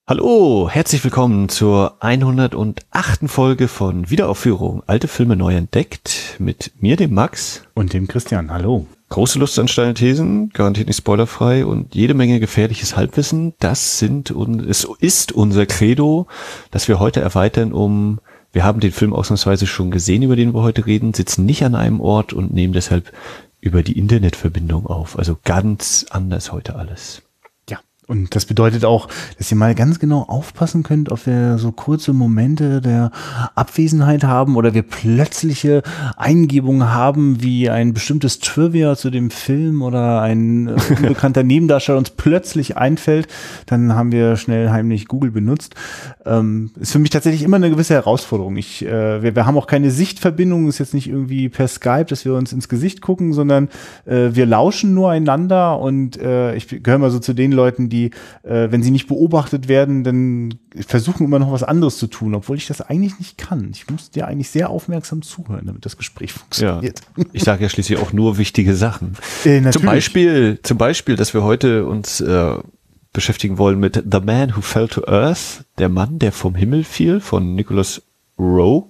Hallo, herzlich willkommen zur 108. Folge von Wiederaufführung Alte Filme neu entdeckt mit mir, dem Max. Und dem Christian, hallo. Große Lust an steile Thesen, garantiert nicht spoilerfrei und jede Menge gefährliches Halbwissen. Es ist unser Credo, das wir heute erweitern wir haben den Film ausnahmsweise schon gesehen, über den wir heute reden, sitzen nicht an einem Ort und nehmen deshalb über die Internetverbindung auf. Also ganz anders heute alles. Und das bedeutet auch, dass ihr mal ganz genau aufpassen könnt, ob wir so kurze Momente der Abwesenheit haben oder wir plötzliche Eingebungen haben, wie ein bestimmtes Trivia zu dem Film oder ein unbekannter Nebendarsteller uns plötzlich einfällt. Dann haben wir schnell heimlich Google benutzt. Ist für mich tatsächlich immer eine gewisse Herausforderung. Wir haben auch keine Sichtverbindung, ist jetzt nicht irgendwie per Skype, dass wir uns ins Gesicht gucken, sondern wir lauschen nur einander und ich gehöre mal so zu den Leuten, die, wenn sie nicht beobachtet werden, dann versuchen immer noch was anderes zu tun, obwohl ich das eigentlich nicht kann. Ich muss dir eigentlich sehr aufmerksam zuhören, damit das Gespräch funktioniert. Ja, ich sage ja schließlich auch nur wichtige Sachen. Zum Beispiel, dass wir heute uns beschäftigen wollen mit The Man Who Fell to Earth, der Mann, der vom Himmel fiel, von Nicholas Roeg,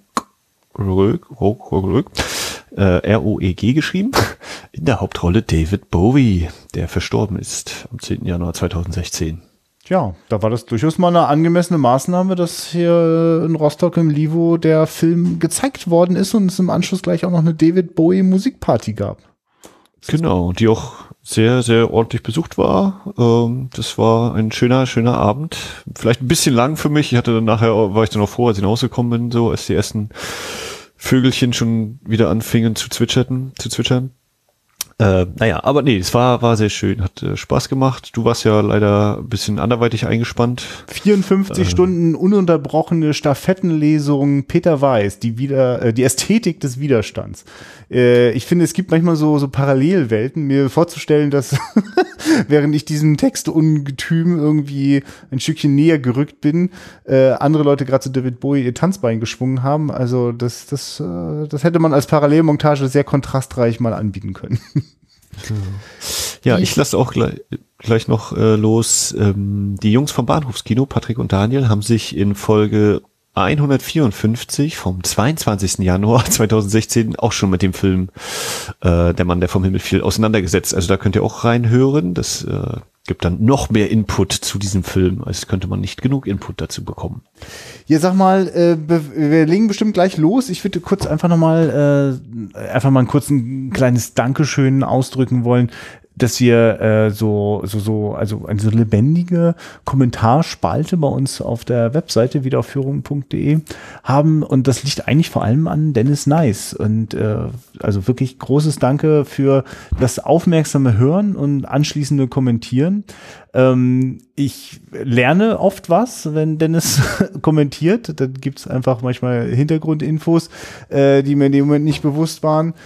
R-O-E-G geschrieben. In der Hauptrolle David Bowie, der verstorben ist am 10. Januar 2016. Ja, da war das durchaus mal eine angemessene Maßnahme, dass hier in Rostock im Livo der Film gezeigt worden ist und es im Anschluss gleich auch noch eine David Bowie Musikparty gab. Genau, die auch sehr, sehr ordentlich besucht war. Das war ein schöner Abend. Vielleicht ein bisschen lang für mich. War ich dann noch froh, als ich nach Hause gekommen bin, so als die ersten Vögelchen schon wieder anfingen zu zwitschern. Aber nee, es war sehr schön, hat Spaß gemacht. Du warst ja leider ein bisschen anderweitig eingespannt. 54 Stunden ununterbrochene Stafettenlesung Peter Weiß, die Ästhetik des Widerstands. Ich finde, es gibt manchmal so Parallelwelten, mir vorzustellen, dass während ich diesem Textungetüm irgendwie ein Stückchen näher gerückt bin, andere Leute gerade zu David Bowie ihr Tanzbein geschwungen haben. Also das hätte man als Parallelmontage sehr kontrastreich mal anbieten können. Ja, ich lasse auch gleich noch los. Die Jungs vom Bahnhofskino, Patrick und Daniel, haben sich in Folge 154 vom 22. Januar 2016 auch schon mit dem Film Der Mann, der vom Himmel fiel, auseinandergesetzt. Also da könnt ihr auch reinhören. Das gibt dann noch mehr Input zu diesem Film, als könnte man nicht genug Input dazu bekommen. Ja, sag mal, wir legen bestimmt gleich los. Ich würde kurz einfach mal ein kleines Dankeschön ausdrücken wollen, dass wir also eine so lebendige Kommentarspalte bei uns auf der Webseite wiederaufführung.de haben, und das liegt eigentlich vor allem an Dennis Nice, und also wirklich großes Danke für das aufmerksame Hören und anschließende Kommentieren. Ich lerne oft was, wenn Dennis kommentiert, dann gibt's einfach manchmal Hintergrundinfos, die mir in dem Moment nicht bewusst waren.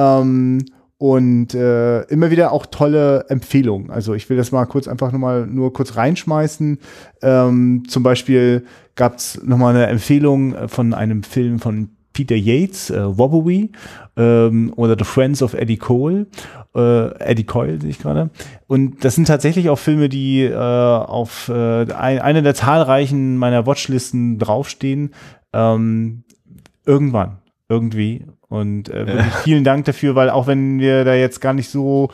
Und immer wieder auch tolle Empfehlungen. Also ich will das mal nur kurz reinschmeißen. Zum Beispiel gab's nochmal eine Empfehlung von einem Film von Peter Yates, Wobbly, oder The Friends of Eddie Coyle sehe ich gerade. Und das sind tatsächlich auch Filme, die auf einer der zahlreichen meiner Watchlisten draufstehen. Irgendwann, irgendwie. Und wirklich vielen Dank dafür, weil auch wenn wir da jetzt gar nicht so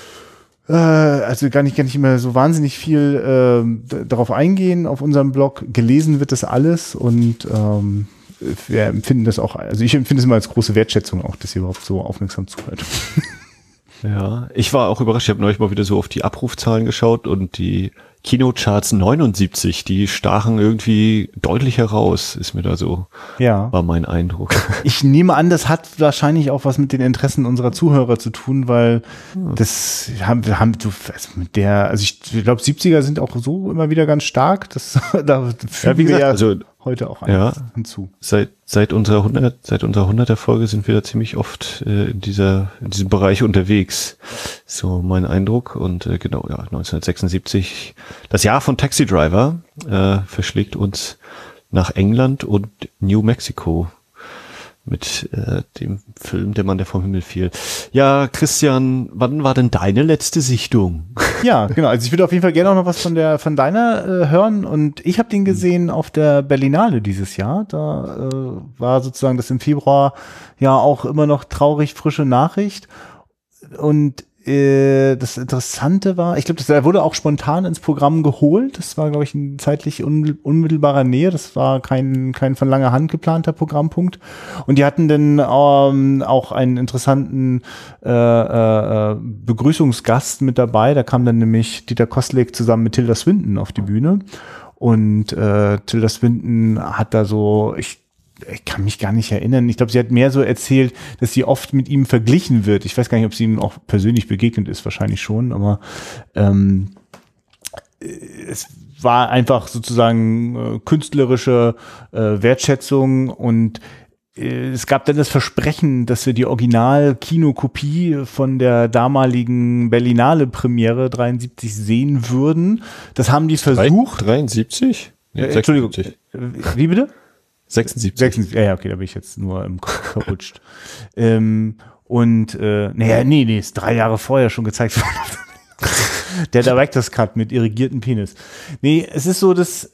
gar nicht immer so wahnsinnig viel darauf eingehen auf unserem Blog, gelesen wird das alles, und wir empfinden das auch, also ich empfinde es immer als große Wertschätzung auch, dass ihr überhaupt so aufmerksam zuhört. Ja, ich war auch überrascht, ich habe neulich mal wieder so auf die Abrufzahlen geschaut und die Kinocharts 79, die stachen irgendwie deutlich heraus, ist mir da so, war mein Eindruck. Ich nehme an, das hat wahrscheinlich auch was mit den Interessen unserer Zuhörer zu tun, weil das ich glaube 70er sind auch so immer wieder ganz stark, da fügen wir heute auch hinzu. Seit unserer 100er Folge sind wir da ziemlich oft in diesem Bereich unterwegs. So mein Eindruck. Und 1976, das Jahr von Taxi Driver, verschlägt uns nach England und New Mexico mit dem Film Der Mann, der vom Himmel fiel. Ja, Christian, wann war denn deine letzte Sichtung? Ja, genau. Also ich würde auf jeden Fall gerne auch noch was von deiner hören. Und ich habe den gesehen auf der Berlinale dieses Jahr. Da war sozusagen das im Februar ja auch immer noch traurig frische Nachricht. Und das Interessante war, ich glaube, der wurde auch spontan ins Programm geholt. Das war, glaube ich, in zeitlich unmittelbarer Nähe. Das war kein von langer Hand geplanter Programmpunkt. Und die hatten dann auch einen interessanten Begrüßungsgast mit dabei. Da kam dann nämlich Dieter Koslik zusammen mit Tilda Swinton auf die Bühne. Und Tilda Swinton hat da so, ich kann mich gar nicht erinnern. Ich glaube, sie hat mehr so erzählt, dass sie oft mit ihm verglichen wird. Ich weiß gar nicht, ob sie ihm auch persönlich begegnet ist, wahrscheinlich schon, aber es war einfach sozusagen künstlerische Wertschätzung und es gab dann das Versprechen, dass wir die Original-Kinokopie von der damaligen Berlinale-Premiere 73 sehen würden. Das haben die versucht. 73? Nee, Entschuldigung. Wie bitte? 76. Ja, okay, da bin ich jetzt nur im Kopf verrutscht. Nee, ist 3 Jahre vorher schon gezeigt worden. Der Director's Cut mit irrigierten Penis. Nee, es ist so, dass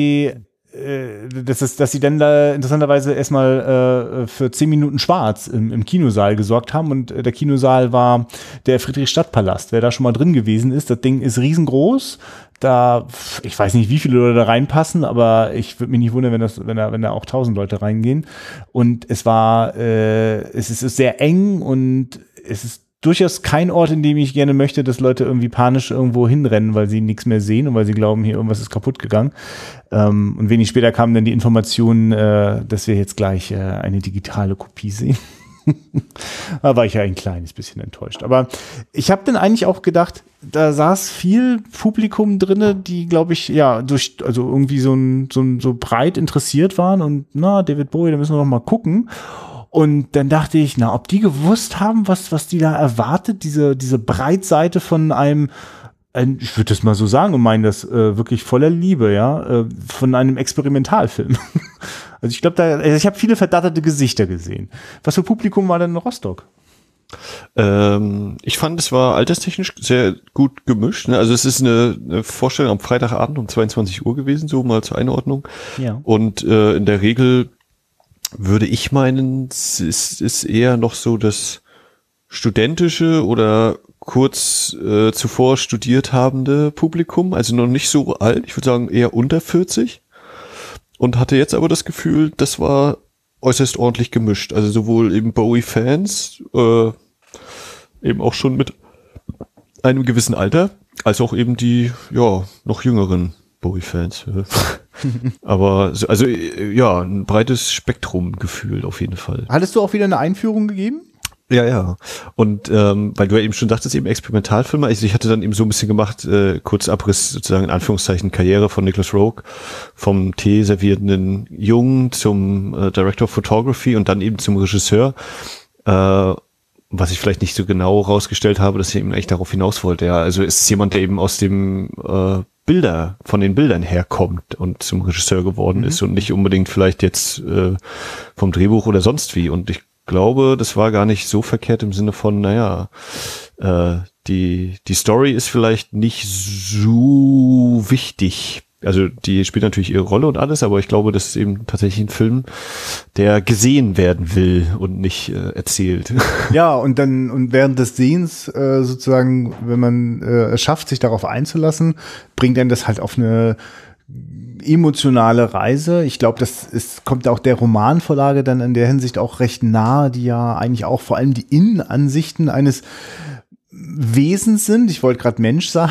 dass sie dann da interessanterweise erstmal für 10 Minuten schwarz im Kinosaal gesorgt haben und der Kinosaal war der Friedrichstadtpalast. Wer da schon mal drin gewesen ist, das Ding ist riesengroß. Da, ich weiß nicht, wie viele Leute da reinpassen, aber ich würde mich nicht wundern, wenn da auch 1000 Leute reingehen. Und es ist sehr eng und es ist durchaus kein Ort, in dem ich gerne möchte, dass Leute irgendwie panisch irgendwo hinrennen, weil sie nichts mehr sehen und weil sie glauben, hier irgendwas ist kaputt gegangen. Und wenig später kam dann die Information, dass wir jetzt gleich eine digitale Kopie sehen. Da war ich ja ein kleines bisschen enttäuscht. Aber ich habe dann eigentlich auch gedacht, da saß viel Publikum drinne, die, glaube ich, ja, also irgendwie so breit interessiert waren und David Bowie, da müssen wir noch mal gucken. Und dann dachte ich, ob die gewusst haben, was die da erwartet, diese Breitseite von einem, ich würde das mal so sagen und meine das wirklich voller Liebe, ja, von einem Experimentalfilm. Also ich glaube, ich habe viele verdatterte Gesichter gesehen. Was für Publikum war denn in Rostock? Ich fand, es war alterstechnisch sehr gut gemischt. Ne? Also es ist eine Vorstellung am Freitagabend um 22 Uhr gewesen, so mal zur Einordnung. Ja. Und in der Regel würde ich meinen, es ist eher noch so das studentische oder kurz zuvor studiert habende Publikum, also noch nicht so alt, ich würde sagen eher unter 40 und hatte jetzt aber das Gefühl, das war äußerst ordentlich gemischt, also sowohl eben Bowie-Fans, eben auch schon mit einem gewissen Alter, als auch eben die, noch jüngeren Bowie-Fans. Aber also ja, ein breites Spektrum gefühlt auf jeden Fall. Hattest du auch wieder eine Einführung gegeben? Ja. Und weil du ja eben schon dachtest, eben Experimentalfilme, also ich hatte dann eben so ein bisschen gemacht, kurz Abriss sozusagen in Anführungszeichen Karriere von Nicholas Roeg, vom Tee servierenden Jungen zum Director of Photography und dann eben zum Regisseur. Was ich vielleicht nicht so genau rausgestellt habe, dass ich eben eigentlich darauf hinaus wollte. Ja, also es ist jemand, der eben aus dem von den Bildern herkommt und zum Regisseur geworden ist und nicht unbedingt vielleicht jetzt vom Drehbuch oder sonst wie. Und ich glaube, das war gar nicht so verkehrt im Sinne von, die Story ist vielleicht nicht so wichtig. Also die spielt natürlich ihre Rolle und alles, aber ich glaube, das ist eben tatsächlich ein Film, der gesehen werden will und nicht erzählt. Ja, und während des Sehens sozusagen, wenn man es schafft, sich darauf einzulassen, bringt einen das halt auf eine emotionale Reise. Ich glaube, kommt auch der Romanvorlage dann in der Hinsicht auch recht nahe, die ja eigentlich auch vor allem die Innenansichten eines Wesens sind. Ich wollte gerade Mensch sagen.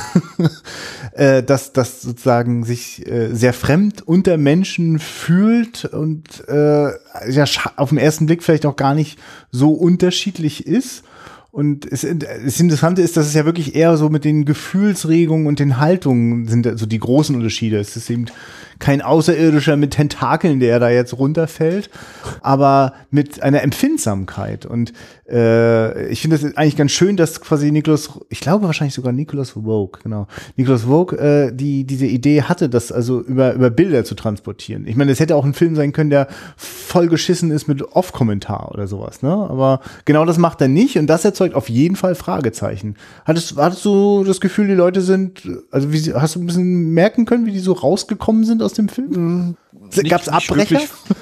Dass das sozusagen sich sehr fremd unter Menschen fühlt und auf den ersten Blick vielleicht auch gar nicht so unterschiedlich ist. Und das Interessante ist, dass es ja wirklich eher so mit den Gefühlsregungen und den Haltungen sind so die großen Unterschiede. Es ist eben kein Außerirdischer mit Tentakeln, der da jetzt runterfällt, aber mit einer Empfindsamkeit. Und ich finde es eigentlich ganz schön, dass quasi ich glaube wahrscheinlich sogar Nicholas Roeg, genau, Nicholas Roeg, diese Idee hatte, das also über Bilder zu transportieren. Ich meine, es hätte auch ein Film sein können, der voll geschissen ist mit Off-Kommentar oder sowas, ne? Aber genau das macht er nicht und das erzeugt auf jeden Fall Fragezeichen. Hattest du das Gefühl, die Leute sind, also hast du ein bisschen merken können, wie die so rausgekommen sind aus dem Film? Gab's Abbrecher?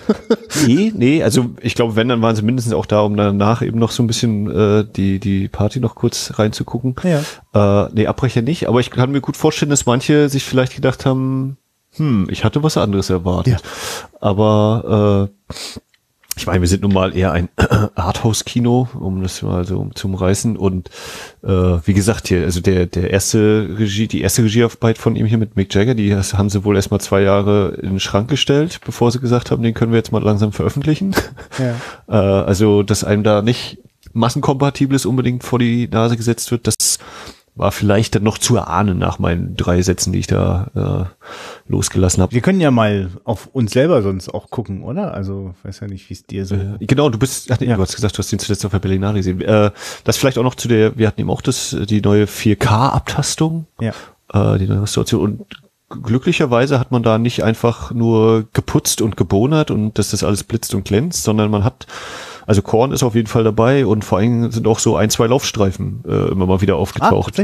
Nee, also ich glaube, wenn, dann waren sie mindestens auch da, um danach eben noch so ein bisschen die Party noch kurz reinzugucken. Ja. Nee, Abbrecher nicht, aber ich kann mir gut vorstellen, dass manche sich vielleicht gedacht haben, ich hatte was anderes erwartet. Ja. Aber ich meine, wir sind nun mal eher ein Arthouse-Kino, um das mal so zu umreißen. Und wie gesagt hier, also die erste Regiearbeit von ihm hier mit Mick Jagger, die haben sie wohl erstmal 2 Jahre in den Schrank gestellt, bevor sie gesagt haben, den können wir jetzt mal langsam veröffentlichen. Ja. Also, dass einem da nicht massenkompatibles unbedingt vor die Nase gesetzt wird, das war vielleicht dann noch zu erahnen nach meinen 3 Sätzen, die ich da losgelassen habe. Wir können ja mal auf uns selber sonst auch gucken, oder? Also, weiß ja nicht, wie es dir so... Genau, du hast gesagt, du hast den zuletzt auf der Berlinale gesehen. Das vielleicht auch noch wir hatten eben auch die neue 4K-Abtastung, die neue Restauration und glücklicherweise hat man da nicht einfach nur geputzt und gebonert und dass das alles blitzt und glänzt, sondern man hat, also Korn ist auf jeden Fall dabei und vor allem sind auch so 1, 2 Laufstreifen immer mal wieder aufgetaucht.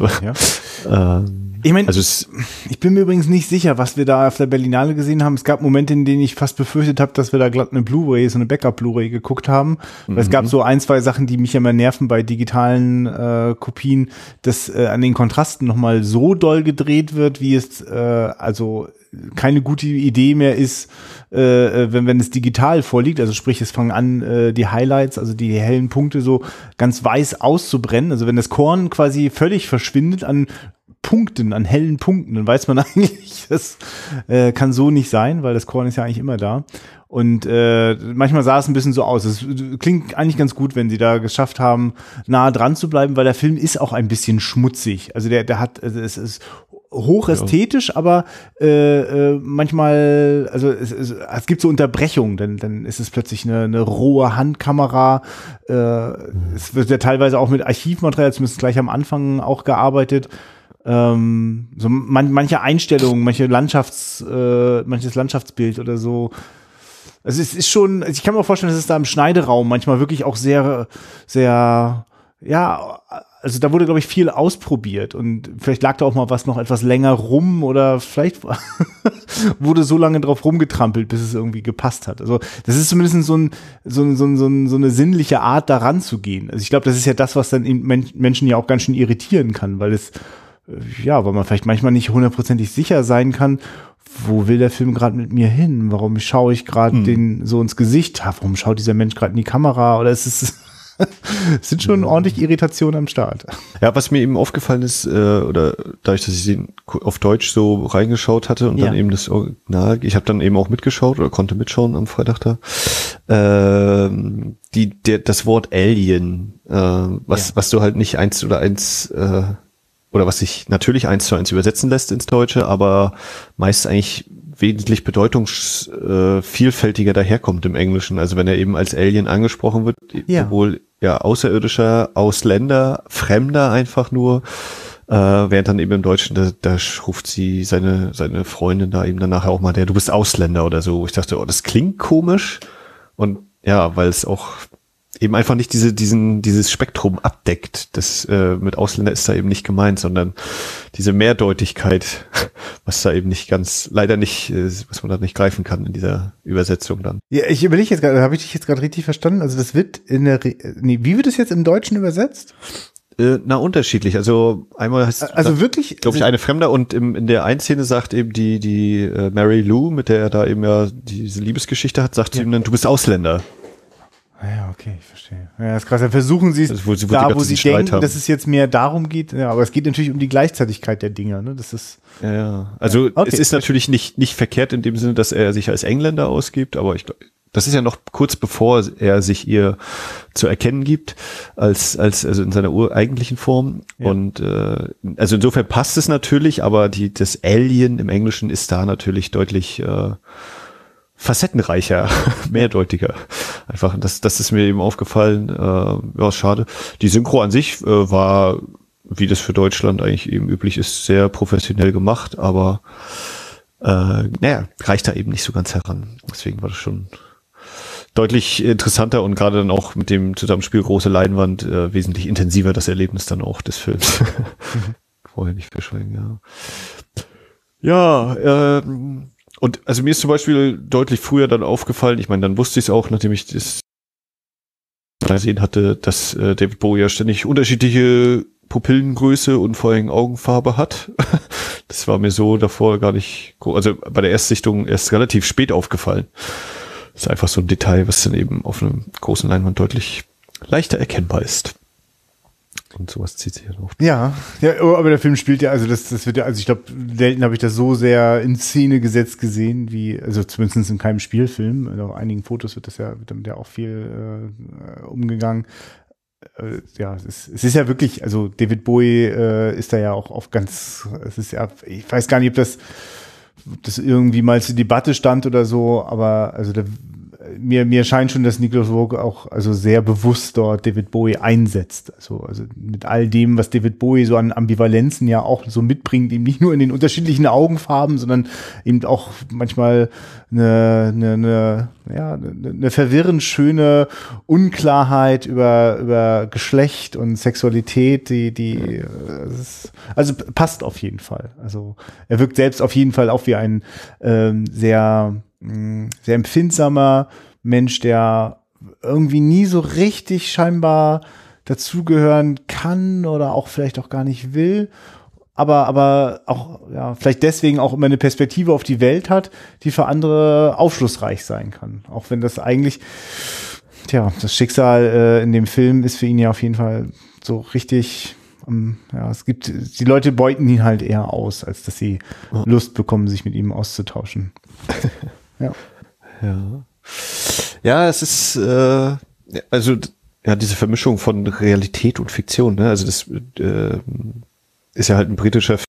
Ich meine, also ich bin mir übrigens nicht sicher, was wir da auf der Berlinale gesehen haben. Es gab Momente, in denen ich fast befürchtet habe, dass wir da glatt eine Blu-ray, so eine Backup-Blu-ray geguckt haben. Weil es gab so 1, 2 Sachen, die mich immer nerven bei digitalen Kopien, dass an den Kontrasten nochmal so doll gedreht wird, wie es also keine gute Idee mehr ist, wenn es digital vorliegt. Also sprich, es fangen an, die Highlights, also die hellen Punkte so ganz weiß auszubrennen. Also wenn das Korn quasi völlig verschwindet an Punkten, an hellen Punkten, dann weiß man eigentlich, das kann so nicht sein, weil das Korn ist ja eigentlich immer da. Und manchmal sah es ein bisschen so aus. Es klingt eigentlich ganz gut, wenn sie da geschafft haben, nah dran zu bleiben, weil der Film ist auch ein bisschen schmutzig. Also der hat, es ist hochästhetisch, aber manchmal, also es gibt so Unterbrechungen, dann ist es plötzlich eine rohe Handkamera. Es wird ja teilweise auch mit Archivmaterial, zumindest gleich am Anfang auch gearbeitet. So manche Einstellungen, manches Landschaftsbild oder so. Also es ist schon, ich kann mir auch vorstellen, dass es da im Schneideraum manchmal wirklich auch sehr, sehr, ja, also da wurde, glaube ich, viel ausprobiert und vielleicht lag da auch mal was noch etwas länger rum oder vielleicht wurde so lange drauf rumgetrampelt, bis es irgendwie gepasst hat. Also das ist zumindest so eine sinnliche Art, da ranzugehen. Also ich glaube, das ist ja das, was dann Menschen ja auch ganz schön irritieren kann, weil weil man vielleicht manchmal nicht hundertprozentig sicher sein kann, wo will der Film gerade mit mir hin? Warum schaue ich gerade den so ins Gesicht? Warum schaut dieser Mensch gerade in die Kamera? Oder es sind schon ordentlich Irritationen am Start. Ja, was mir eben aufgefallen ist, oder dadurch, dass ich den auf Deutsch so reingeschaut hatte und dann eben das Original, ich habe dann eben auch mitgeschaut oder konnte mitschauen am Freitag da, das Wort Alien, was du halt nicht 1 zu 1 oder was sich natürlich 1 zu 1 übersetzen lässt ins Deutsche, aber meist eigentlich wesentlich bedeutungsvielfältiger daherkommt im Englischen. Also wenn er eben als Alien angesprochen wird, sowohl Außerirdischer, Ausländer, Fremder einfach nur, während dann eben im Deutschen, da ruft sie seine Freundin da eben dann nachher auch mal du bist Ausländer oder so. Ich dachte, das klingt komisch und ja, weil es auch eben einfach nicht dieses Spektrum abdeckt. Das mit Ausländer ist da eben nicht gemeint, sondern diese Mehrdeutigkeit, was da eben leider nicht, was man da nicht greifen kann in dieser Übersetzung dann. Ja, ich überlege jetzt gerade, habe ich dich jetzt gerade richtig verstanden? Also das wird wie wird es jetzt im Deutschen übersetzt? Unterschiedlich. Also einmal heißt wirklich, glaube ich, eine Fremder und in der einen Szene sagt eben die Mary Lou, mit der er da eben ja diese Liebesgeschichte hat, sagt sie ihm dann, du bist Ausländer. Ja, okay, ich verstehe. Ja, das ist krass. Dann versuchen sie es wo sie denken, dass es jetzt mehr darum geht. Ja, aber es geht natürlich um die Gleichzeitigkeit der Dinger. Ne? Das ist ja. Also es ist natürlich nicht verkehrt in dem Sinne, dass er sich als Engländer ausgibt, aber ich das ist ja noch kurz bevor er sich ihr zu erkennen gibt, also in seiner ureigentlichen Form. Ja. Und also insofern passt es natürlich, aber das Alien im Englischen ist da natürlich deutlich facettenreicher, mehrdeutiger. Einfach, das ist mir eben aufgefallen. Ja, schade. Die Synchro an sich war, wie das für Deutschland eigentlich eben üblich ist, sehr professionell gemacht, aber reicht da eben nicht so ganz heran. Deswegen war das schon deutlich interessanter und gerade dann auch mit dem Zusammenspiel große Leinwand wesentlich intensiver das Erlebnis dann auch des Films. Vorher nicht verschweigen, ja. Ja, und also mir ist zum Beispiel deutlich früher dann aufgefallen, ich meine, dann wusste ich es auch, nachdem ich das gesehen hatte, dass David Bowie ja ständig unterschiedliche Pupillengröße und vor allem Augenfarbe hat. Das war mir so davor gar nicht, also bei der Erstsichtung erst relativ spät aufgefallen. Das ist einfach so ein Detail, was dann eben auf einem großen Leinwand deutlich leichter erkennbar ist. Und sowas zieht sich ja noch. Ja, aber der Film spielt ja, also das wird ja, also ich glaube, selten habe ich das so sehr in Szene gesetzt gesehen, wie, also zumindest in keinem Spielfilm. Also auf einigen Fotos wird damit ja auch viel umgegangen. Ja, es ist ja wirklich, also David Bowie ist da ja auch auf es ist ja, ich weiß gar nicht, ob das irgendwie mal zur Debatte stand oder so, aber also mir scheint schon, dass Nicholas Roeg auch also sehr bewusst dort David Bowie einsetzt. Also mit all dem, was David Bowie so an Ambivalenzen ja auch so mitbringt, eben nicht nur in den unterschiedlichen Augenfarben, sondern eben auch manchmal eine verwirrend schöne Unklarheit über Geschlecht und Sexualität, also passt auf jeden Fall. Also er wirkt selbst auf jeden Fall auch wie ein sehr empfindsamer Mensch, der irgendwie nie so richtig scheinbar dazugehören kann oder auch vielleicht auch gar nicht will, aber auch ja vielleicht deswegen auch immer eine Perspektive auf die Welt hat, die für andere aufschlussreich sein kann. Auch wenn das eigentlich, das Schicksal in dem Film ist für ihn ja auf jeden Fall so richtig. Die Leute beuten ihn halt eher aus, als dass sie Lust bekommen, sich mit ihm auszutauschen. Ja, es ist diese Vermischung von Realität und Fiktion, ne? Also das ist ja halt ein britischer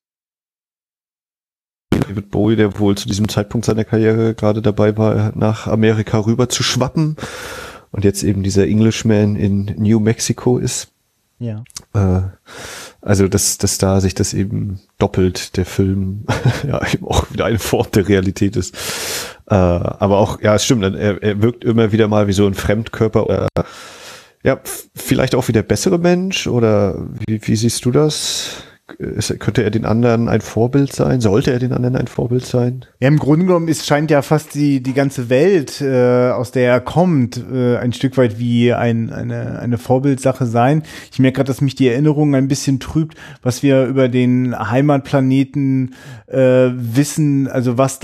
David Bowie, der wohl zu diesem Zeitpunkt seiner Karriere gerade dabei war, nach Amerika rüber zu schwappen und jetzt eben dieser Englishman in New Mexico ist. Ja. Also, dass da sich das eben doppelt, der Film, ja, eben auch wieder eine Form der Realität ist. Aber auch, ja, es stimmt, er wirkt immer wieder mal wie so ein Fremdkörper oder, ja, vielleicht auch wie der bessere Mensch oder wie siehst du das? Könnte er den anderen ein Vorbild sein? Sollte er den anderen ein Vorbild sein? Ja, im Grunde genommen scheint ja fast die ganze Welt, aus der er kommt, ein Stück weit wie eine Vorbildsache sein. Ich merke gerade, dass mich die Erinnerung ein bisschen trübt, was wir über den Heimatplaneten wissen, also was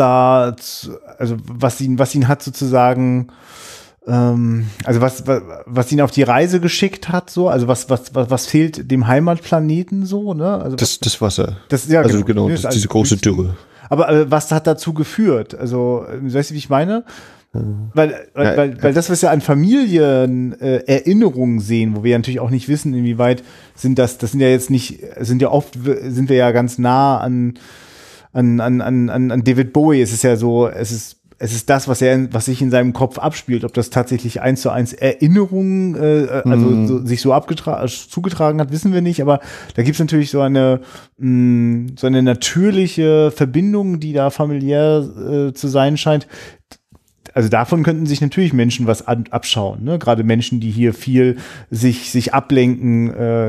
ihn hat sozusagen, also was ihn auf die Reise geschickt hat, so, also was fehlt dem Heimatplaneten so, ne? Also das Wasser. Also genau, diese große Dürre. Aber was hat dazu geführt? Also, weißt du, wie ich meine? Weil das, was wir an Familienerinnerungen sehen, wo wir ja natürlich auch nicht wissen, inwieweit sind wir ja ganz nah an David Bowie. Es ist ja so, es ist das, was sich in seinem Kopf abspielt, ob das tatsächlich 1:1 Erinnerungen, sich so zugetragen hat, wissen wir nicht, aber da gibt es natürlich so eine natürliche Verbindung, die da familiär zu sein scheint. Also davon könnten sich natürlich Menschen was abschauen, ne? Gerade Menschen, die hier viel sich ablenken,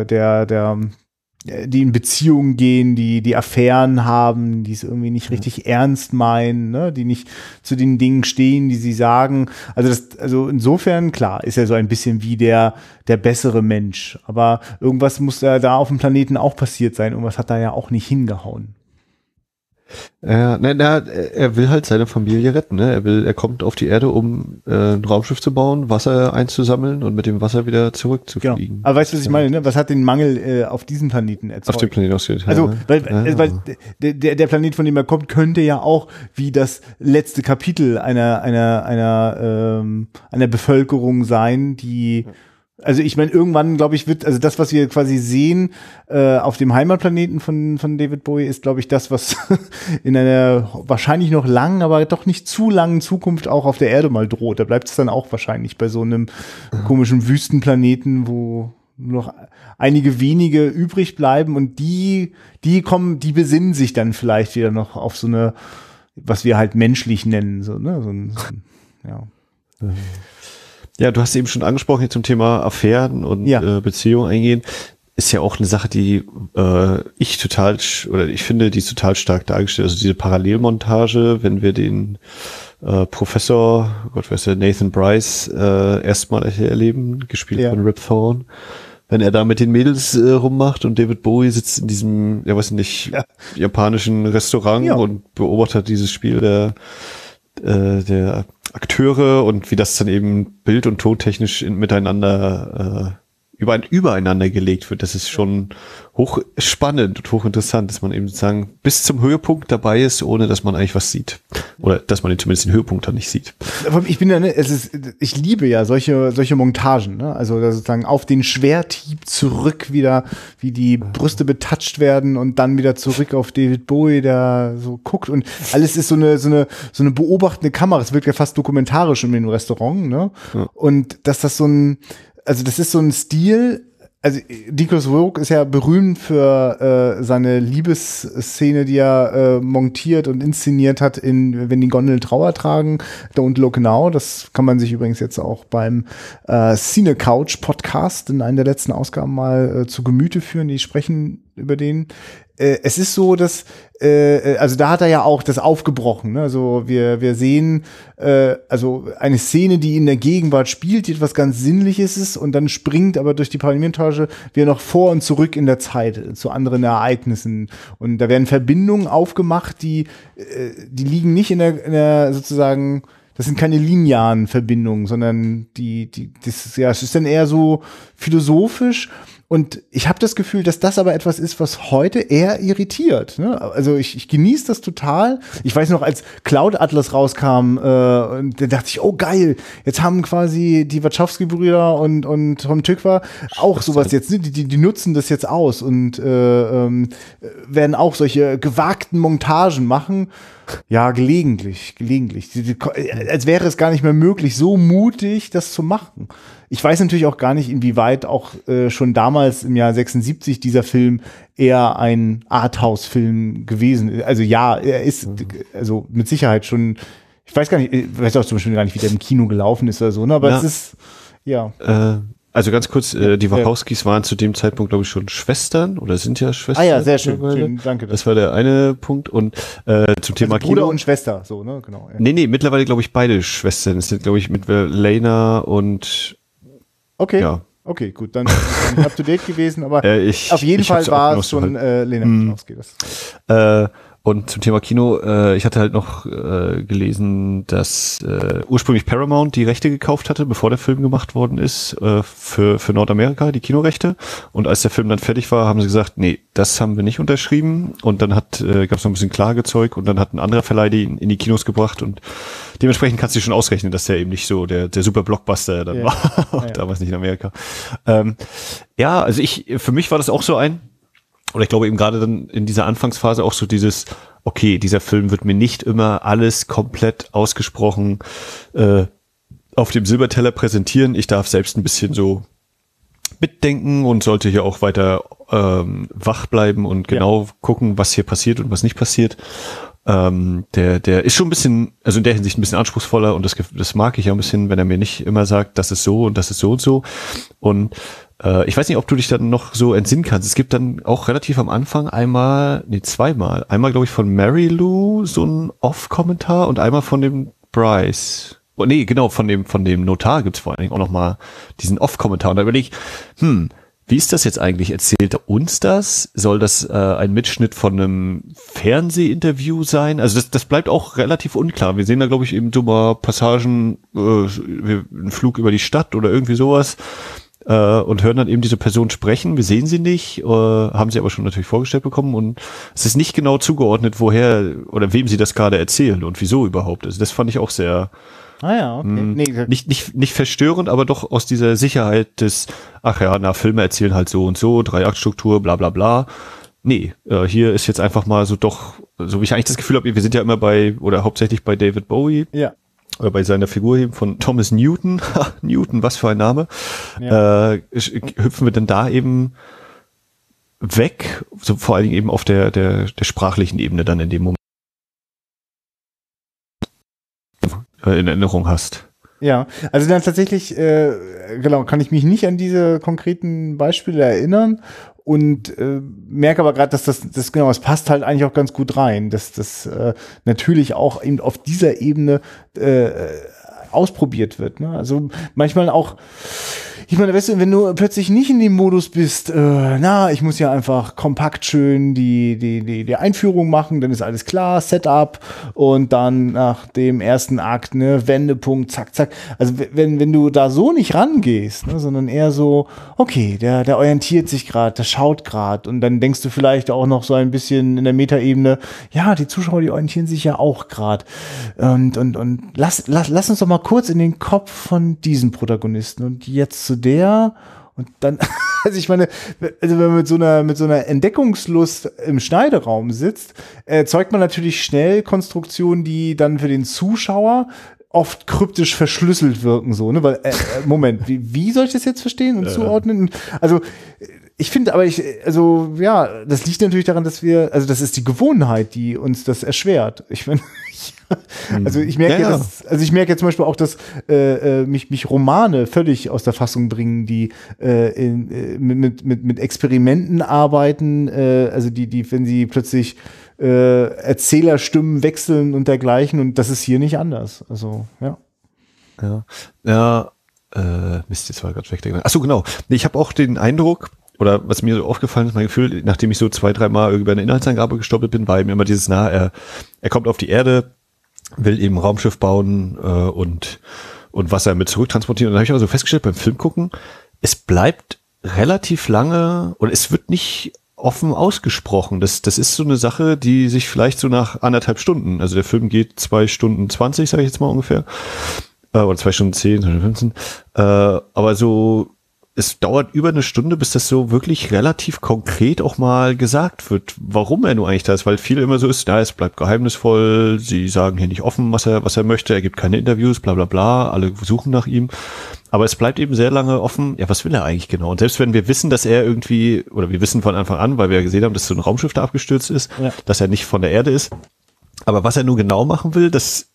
die in Beziehungen gehen, die Affären haben, die es irgendwie nicht richtig ernst meinen, ne? Die nicht zu den Dingen stehen, die sie sagen. Also insofern, klar, ist er so ein bisschen wie der bessere Mensch. Aber irgendwas muss da auf dem Planeten auch passiert sein. Irgendwas hat da ja auch nicht hingehauen. Er will halt seine Familie retten, ne? Er kommt auf die Erde, um ein Raumschiff zu bauen, Wasser einzusammeln und mit dem Wasser wieder zurückzufliegen. Genau. Aber weißt du, was ich meine, ne? Was hat den Mangel auf diesem Planeten erzeugt? Auf dem Planeten ausgeht. Also, weil der Planet, von dem er kommt, könnte ja auch wie das letzte Kapitel einer Bevölkerung sein, die also ich meine, irgendwann, glaube ich, also das, was wir quasi sehen auf dem Heimatplaneten von David Bowie, ist, glaube ich, das, was in einer wahrscheinlich noch langen, aber doch nicht zu langen Zukunft auch auf der Erde mal droht. Da bleibt es dann auch wahrscheinlich bei so einem komischen Wüstenplaneten, wo nur noch einige wenige übrig bleiben und die besinnen sich dann vielleicht wieder noch auf so eine, was wir halt menschlich nennen, so, ne, ja. Ja, du hast eben schon angesprochen, hier zum Thema Affären und Beziehungen eingehen. Ist ja auch eine Sache, die ich finde, die ist total stark dargestellt. Also diese Parallelmontage, wenn wir den Professor, Gott weiß der, Nathan Bryce erstmal erleben, gespielt von Rip Thorne, wenn er da mit den Mädels rummacht und David Bowie sitzt in diesem, japanischen Restaurant und beobachtet dieses Spiel der Akteure und wie das dann eben bild- und tontechnisch miteinander übereinander gelegt wird. Das ist schon hochspannend und hochinteressant, dass man eben sozusagen bis zum Höhepunkt dabei ist, ohne dass man eigentlich was sieht. Oder dass man zumindest den Höhepunkt dann nicht sieht. Ich bin ja, ich liebe ja solche Montagen, ne? Also sozusagen auf den Schwerthieb zurück wieder, wie die Brüste betatscht werden und dann wieder zurück auf David Bowie, der so guckt und alles ist so eine beobachtende Kamera. Es wirkt ja fast dokumentarisch in dem Restaurant, ne? Ja. Und dass das das ist so ein Stil, also Nicholas Roeg ist ja berühmt für seine Liebesszene, die er montiert und inszeniert hat wenn die Gondeln Trauer tragen, Don't Look Now. Das kann man sich übrigens jetzt auch beim Cine Couch Podcast in einer der letzten Ausgaben mal zu Gemüte führen. Die sprechen über den. Es ist so, dass also da hat er ja auch das aufgebrochen, ne? Also wir sehen also eine Szene, die in der Gegenwart spielt, die etwas ganz Sinnliches ist und dann springt aber durch die Parallelmontage wir noch vor und zurück in der Zeit zu anderen Ereignissen und da werden Verbindungen aufgemacht, die liegen nicht in der sozusagen, das sind keine linearen Verbindungen, sondern es ist dann eher so philosophisch. Und ich habe das Gefühl, dass das aber etwas ist, was heute eher irritiert. Ne? Also ich genieße das total. Ich weiß noch, als Cloud Atlas rauskam, da dachte ich, oh geil, jetzt haben quasi die Wachowski-Brüder und Tom Tykwer auch sowas jetzt. Ne? Die nutzen das jetzt aus und werden auch solche gewagten Montagen machen. Ja, gelegentlich. Als wäre es gar nicht mehr möglich, so mutig das zu machen. Ich weiß natürlich auch gar nicht, inwieweit auch schon damals im Jahr 76 dieser Film eher ein Arthouse-Film gewesen ist. Also ja, er ist also mit Sicherheit schon, ich weiß auch zum Beispiel gar nicht, wie der im Kino gelaufen ist oder so, ne? Aber es ist, ja. Also ganz kurz, die Wachowskis waren zu dem Zeitpunkt, glaube ich, schon Schwestern oder sind ja Schwestern. Ah ja, sehr schön, danke. Das war der eine Punkt. Und zum Thema Bruder Kino. und Schwester, so, ne? Genau. Ja. Nee, mittlerweile glaube ich beide Schwestern. Es sind, glaube ich, mit Lena und okay. Ja. Okay, gut, dann up to date gewesen, aber auf jeden Fall war es schon Lena Wachowski. Und zum Thema Kino, ich hatte halt noch gelesen, dass ursprünglich Paramount die Rechte gekauft hatte, bevor der Film gemacht worden ist, für Nordamerika, die Kinorechte. Und als der Film dann fertig war, haben sie gesagt, nee, das haben wir nicht unterschrieben. Und dann gab es noch ein bisschen Klagezeug und dann hat ein anderer Verleih die in die Kinos gebracht. Und dementsprechend kannst du dir schon ausrechnen, dass der eben nicht so der super Blockbuster dann war, damals nicht in Amerika. Also für mich war das auch so oder ich glaube eben gerade dann in dieser Anfangsphase auch so dieses, okay, dieser Film wird mir nicht immer alles komplett ausgesprochen auf dem Silberteller präsentieren. Ich darf selbst ein bisschen so mitdenken und sollte hier auch weiter wach bleiben und genau gucken, was hier passiert und was nicht passiert. Der ist schon ein bisschen, also in der Hinsicht ein bisschen anspruchsvoller und das mag ich ja ein bisschen, wenn er mir nicht immer sagt, das ist so und das ist so und so. Und ich weiß nicht, ob du dich dann noch so entsinnen kannst. Es gibt dann auch relativ am Anfang zweimal. Einmal, glaube ich, von Mary Lou so ein Off-Kommentar und einmal von dem Bryce. Oh, nee, genau, von dem Notar gibt's vor allen Dingen auch noch mal diesen Off-Kommentar. Und da überlege ich, Wie ist das jetzt eigentlich? Erzählt er uns das? Soll das ein Mitschnitt von einem Fernsehinterview sein? Also das bleibt auch relativ unklar. Wir sehen da, glaube ich, eben so mal Passagen, einen Flug über die Stadt oder irgendwie sowas und hören dann eben diese Person sprechen. Wir sehen sie nicht, haben sie aber schon natürlich vorgestellt bekommen und es ist nicht genau zugeordnet, woher oder wem sie das gerade erzählen und wieso überhaupt. Also das fand ich auch sehr Okay. nicht verstörend, aber doch aus dieser Sicherheit des, ach ja, na, Filme erzählen halt so und so, Dreiaktstruktur, bla bla bla. Nee, hier ist jetzt einfach mal so doch, so wie ich eigentlich das Gefühl habe, wir sind ja immer bei, oder hauptsächlich bei David Bowie. Ja. Oder bei seiner Figur eben von Thomas Newton. Newton, was für ein Name. Ja. Hüpfen wir denn da eben weg, so vor allen Dingen eben auf der sprachlichen Ebene dann in dem Moment in Erinnerung hast. Ja, also dann tatsächlich, genau, kann ich mich nicht an diese konkreten Beispiele erinnern und merke aber gerade, dass das genau, es passt halt eigentlich auch ganz gut rein, dass das natürlich auch eben auf dieser Ebene ausprobiert wird. Ne? Also manchmal auch, ich meine, weißt du, wenn du plötzlich nicht in dem Modus bist, ich muss ja einfach kompakt schön die Einführung machen, dann ist alles klar, Setup und dann nach dem ersten Akt, ne, Wendepunkt, zack, zack. Also wenn du da so nicht rangehst, ne, sondern eher so, okay, der orientiert sich gerade, der schaut gerade und dann denkst du vielleicht auch noch so ein bisschen in der Metaebene, ja, die Zuschauer, die orientieren sich ja auch gerade und lass uns doch mal kurz in den Kopf von diesem Protagonisten und jetzt zu der und dann, also ich meine, also wenn man mit so einer Entdeckungslust im Schneideraum sitzt, erzeugt man natürlich schnell Konstruktionen, die dann für den Zuschauer oft kryptisch verschlüsselt wirken, so, ne, weil, Moment, wie soll ich das jetzt verstehen und zuordnen? Also, ich finde, das liegt natürlich daran, dass das ist die Gewohnheit, die uns das erschwert. Ich meine, ich merke ich merke jetzt zum Beispiel auch, dass mich Romane völlig aus der Fassung bringen, die mit Experimenten arbeiten, also die, wenn sie plötzlich Erzählerstimmen wechseln und dergleichen, und das ist hier nicht anders. Also, ja. Mist, jetzt war gerade weg. Achso, genau. Ich habe auch den Eindruck, oder was mir so aufgefallen ist, mein Gefühl, nachdem ich so 2-3 Mal über eine Inhaltsangabe gestolpert bin, war eben immer dieses, er kommt auf die Erde, will eben ein Raumschiff bauen und Wasser mit zurücktransportieren. Und dann habe ich aber so festgestellt beim Film gucken, es bleibt relativ lange und es wird nicht offen ausgesprochen. Das ist so eine Sache, die sich vielleicht so nach 1,5 Stunden, also der Film geht 2 Stunden 20, sage ich jetzt mal ungefähr, oder 2 Stunden 10, 2 Stunden 15, aber so, es dauert über eine Stunde, bis das so wirklich relativ konkret auch mal gesagt wird, warum er nur eigentlich da ist, weil viel immer so ist, es bleibt geheimnisvoll, sie sagen hier nicht offen, was er möchte, er gibt keine Interviews, bla bla bla, alle suchen nach ihm, aber es bleibt eben sehr lange offen, ja, was will er eigentlich genau? Und selbst wenn wir wissen, dass er irgendwie, oder wir wissen von Anfang an, weil wir gesehen haben, dass so ein Raumschiff da abgestürzt ist, dass er nicht von der Erde ist, aber was er nun genau machen will, das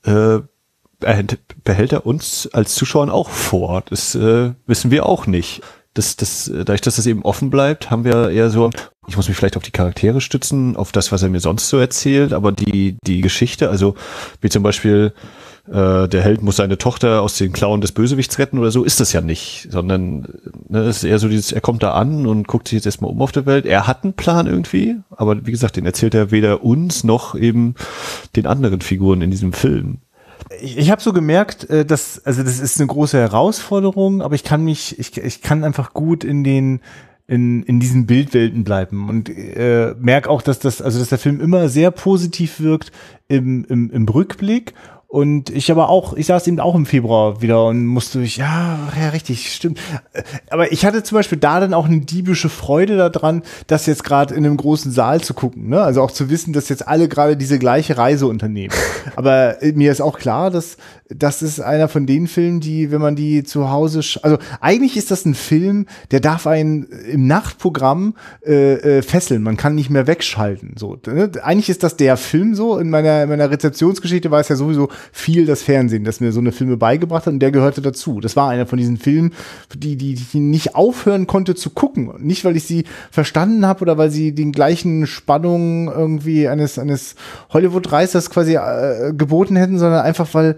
behält er uns als Zuschauern auch vor. Das wissen wir auch nicht. Dadurch, dass das eben offen bleibt, haben wir eher so, ich muss mich vielleicht auf die Charaktere stützen, auf das, was er mir sonst so erzählt, aber die Geschichte, also wie zum Beispiel der Held muss seine Tochter aus den Klauen des Bösewichts retten oder so, ist das ja nicht, sondern es ist eher so dieses, er kommt da an und guckt sich jetzt erstmal um auf der Welt. Er hat einen Plan irgendwie, aber wie gesagt, den erzählt er weder uns noch eben den anderen Figuren in diesem Film. Ich habe so gemerkt, das ist eine große Herausforderung, aber ich kann einfach gut in diesen Bildwelten bleiben und merke auch, dass der Film immer sehr positiv wirkt im Rückblick. Und ich saß eben auch im Februar wieder und musste richtig, stimmt. Aber ich hatte zum Beispiel da dann auch eine diebische Freude daran, das jetzt gerade in einem großen Saal zu gucken, ne? Also auch zu wissen, dass jetzt alle gerade diese gleiche Reise unternehmen. Aber mir ist auch klar, dass das ist einer von den Filmen, die, wenn man die zu Hause, also eigentlich ist das ein Film, der darf einen im Nachtprogramm fesseln. Man kann nicht mehr wegschalten. So, ne? Eigentlich ist das der Film so. In meiner Rezeptionsgeschichte war es ja sowieso viel das Fernsehen, das mir so eine Filme beigebracht hat und der gehörte dazu. Das war einer von diesen Filmen, die ich nicht aufhören konnte zu gucken. Nicht, weil ich sie verstanden habe oder weil sie den gleichen Spannungen irgendwie eines Hollywood-Reisers quasi geboten hätten, sondern einfach, weil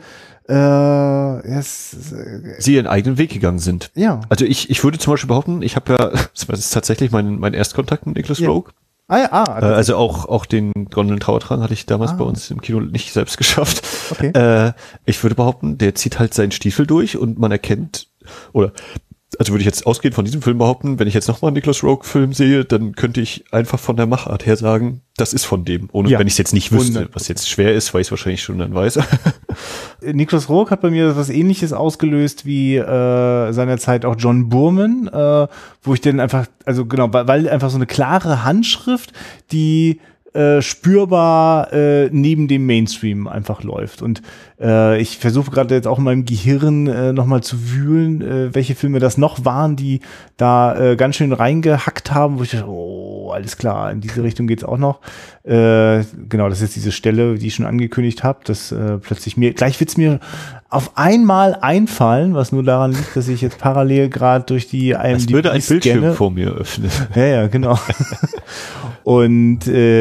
sie ihren eigenen Weg gegangen sind. Ja. Also ich würde zum Beispiel behaupten, ich habe ja, das ist tatsächlich mein Erstkontakt mit Nicholas Roeg. Also auch den Gondeln Trauertragen hatte ich damals bei uns im Kino nicht selbst geschafft. Okay. Ich würde behaupten, der zieht halt seinen Stiefel durch und man erkennt, also würde ich jetzt ausgehend von diesem Film behaupten, wenn ich jetzt nochmal einen Nicholas Roeg-Film sehe, dann könnte ich einfach von der Machart her sagen, das ist von dem. Ohne wenn ich es jetzt nicht wüsste, was jetzt schwer ist, weil ich es wahrscheinlich schon dann weiß. Nicholas Roeg hat bei mir was Ähnliches ausgelöst wie seinerzeit auch John Boorman, wo ich dann einfach, also genau, weil einfach so eine klare Handschrift, die spürbar neben dem Mainstream einfach läuft. Und ich versuche gerade jetzt auch in meinem Gehirn nochmal zu wühlen, welche Filme das noch waren, die da ganz schön reingehackt haben, wo ich dachte, oh, alles klar, in diese Richtung geht's auch noch. Genau, das ist diese Stelle, die ich schon angekündigt habe, dass plötzlich gleich wird's mir auf einmal einfallen, was nur daran liegt, dass ich jetzt parallel gerade durch die IMDb es würde ein Bildschirm vor mir öffnen. Ja, genau. Und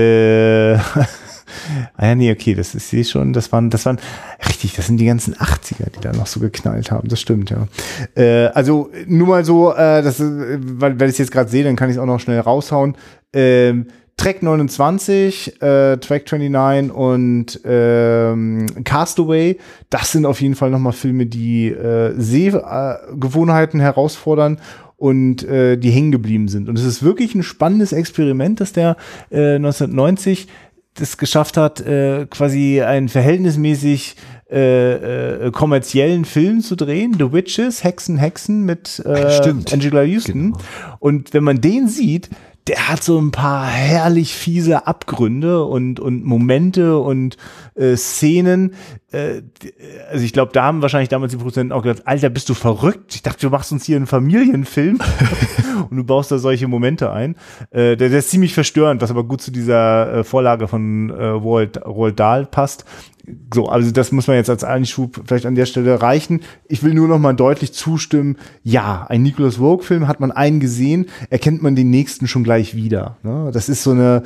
okay, das ist sie schon, das waren richtig, das sind die ganzen 80er, die da noch so geknallt haben, das stimmt, ja. Also nur mal so, weil ich es jetzt gerade sehe, dann kann ich es auch noch schnell raushauen. Track 29, Track 29 und Castaway, das sind auf jeden Fall nochmal Filme, die Sehgewohnheiten herausfordern und die hängen geblieben sind. Und es ist wirklich ein spannendes Experiment, dass der 1990 das geschafft hat, quasi einen verhältnismäßig kommerziellen Film zu drehen, The Witches, Hexen mit Angela Houston. Genau. Und wenn man den sieht, der hat so ein paar herrlich fiese Abgründe und Momente und Szenen. Also ich glaube, da haben wahrscheinlich damals die Produzenten auch gedacht, Alter, bist du verrückt? Ich dachte, du machst uns hier einen Familienfilm und du baust da solche Momente ein. Der ist ziemlich verstörend, was aber gut zu dieser Vorlage von Roald Dahl passt. So, also das muss man jetzt als Einschub vielleicht an der Stelle reichen. Ich will nur noch mal deutlich zustimmen. Ja, ein Nicholas Roeg-Film, hat man einen gesehen, erkennt man den nächsten schon gleich wieder. Ne? Das ist so eine,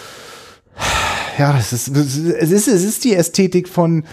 ja, es ist die Ästhetik von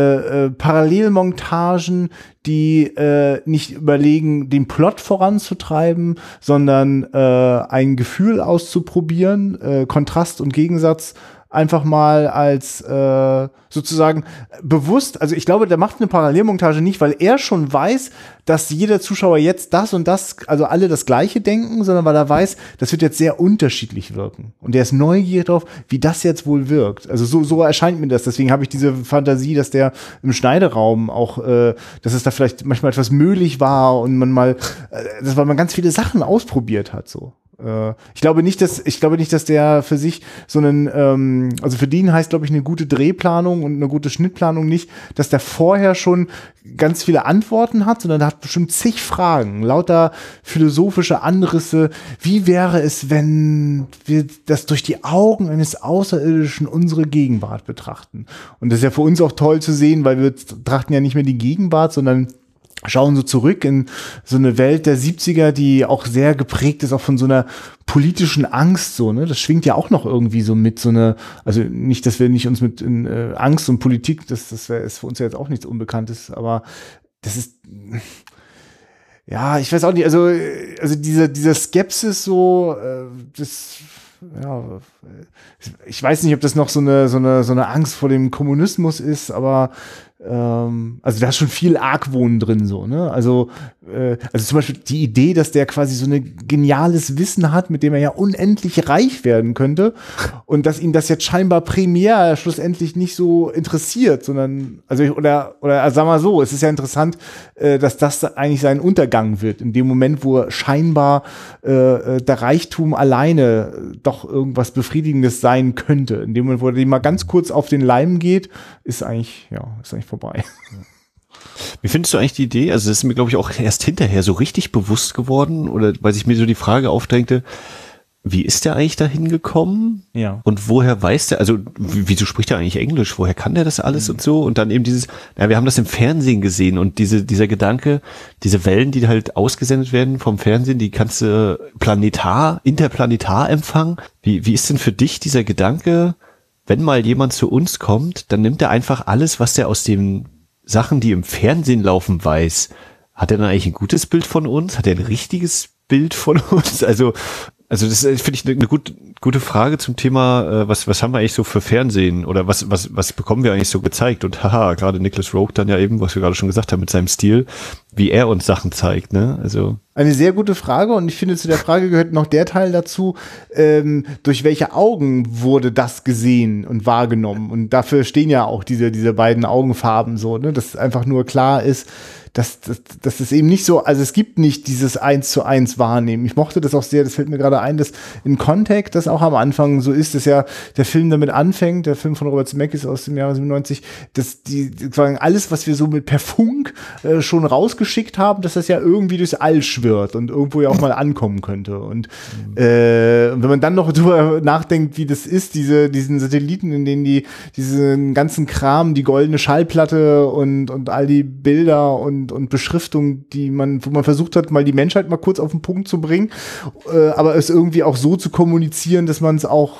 Parallelmontagen, die nicht überlegen, den Plot voranzutreiben, sondern ein Gefühl auszuprobieren, Kontrast und Gegensatz einfach mal als sozusagen bewusst, also ich glaube, der macht eine Parallelmontage nicht, weil er schon weiß, dass jeder Zuschauer jetzt das und das, also alle das Gleiche denken, sondern weil er weiß, das wird jetzt sehr unterschiedlich wirken. Und der ist neugierig drauf, wie das jetzt wohl wirkt. Also so erscheint mir das. Deswegen habe ich diese Fantasie, dass der im Schneideraum auch, dass es da vielleicht manchmal etwas möglich war und man mal, weil man ganz viele Sachen ausprobiert hat, so. Ich glaube nicht, dass der für sich so einen, also für den heißt, glaube ich, eine gute Drehplanung und eine gute Schnittplanung nicht, dass der vorher schon ganz viele Antworten hat, sondern der hat bestimmt zig Fragen, lauter philosophische Anrisse. Wie wäre es, wenn wir das durch die Augen eines Außerirdischen unsere Gegenwart betrachten? Und das ist ja für uns auch toll zu sehen, weil wir betrachten ja nicht mehr die Gegenwart, sondern schauen so zurück in so eine Welt der 70er, die auch sehr geprägt ist, auch von so einer politischen Angst, so, ne? Das schwingt ja auch noch irgendwie so mit so einer, also nicht, dass wir nicht uns mit Angst und Politik, das ist für uns ja jetzt auch nichts Unbekanntes, aber das ist, ja, ich weiß auch nicht, also dieser Skepsis so, das, ja, ich weiß nicht, ob das noch so eine Angst vor dem Kommunismus ist, aber also da ist schon viel Argwohn drin, so, ne? Also zum Beispiel die Idee, dass der quasi so ein geniales Wissen hat, mit dem er ja unendlich reich werden könnte und dass ihn das jetzt scheinbar primär schlussendlich nicht so interessiert, sondern, also oder sag mal so, es ist ja interessant, dass das eigentlich sein Untergang wird, in dem Moment, wo scheinbar der Reichtum alleine doch irgendwas Befriedigendes sein könnte. In dem Moment, wo er dem mal ganz kurz auf den Leim geht, ist eigentlich vorbei. Wie findest du eigentlich die Idee? Also das ist mir, glaube ich, auch erst hinterher so richtig bewusst geworden, oder weil sich mir so die Frage aufdrängte, wie ist der eigentlich da hingekommen? Ja. Und woher weiß der, also wieso spricht er eigentlich Englisch? Woher kann der das alles und so? Und dann eben dieses, ja, wir haben das im Fernsehen gesehen und dieser Gedanke, diese Wellen, die halt ausgesendet werden vom Fernsehen, die kannst du interplanetar empfangen. Wie ist denn für dich dieser Gedanke, wenn mal jemand zu uns kommt, dann nimmt er einfach alles, was der aus den Sachen, die im Fernsehen laufen, weiß. Hat er dann eigentlich ein gutes Bild von uns? Hat er ein richtiges Bild von uns? Also das finde ich eine gute Frage zum Thema, was haben wir eigentlich so für Fernsehen oder was bekommen wir eigentlich so gezeigt? Und haha, gerade Nicholas Roeg dann ja eben, was wir gerade schon gesagt haben, mit seinem Stil, wie er uns Sachen zeigt, ne? Also eine sehr gute Frage und ich finde, zu der Frage gehört noch der Teil dazu, durch welche Augen wurde das gesehen und wahrgenommen? Und dafür stehen ja auch diese beiden Augenfarben so, ne? Dass einfach nur klar ist, dass es eben nicht so, also es gibt nicht dieses 1:1 Wahrnehmen. Ich mochte das auch sehr, das fällt mir gerade ein, dass in Contact das auch am Anfang so ist, dass ja der Film damit anfängt, der Film von Robert Zemeckis aus dem Jahre 97, dass alles, was wir so per Funk schon rausgeschickt haben, dass das ja irgendwie durchs All schwirrt und irgendwo ja auch mal ankommen könnte. Und wenn man dann noch drüber nachdenkt, wie das ist, diesen Satelliten, in denen diesen ganzen Kram, die goldene Schallplatte und all die Bilder und Beschriftung, wo man versucht hat, mal die Menschheit mal kurz auf den Punkt zu bringen, aber es irgendwie auch so zu kommunizieren, dass man es auch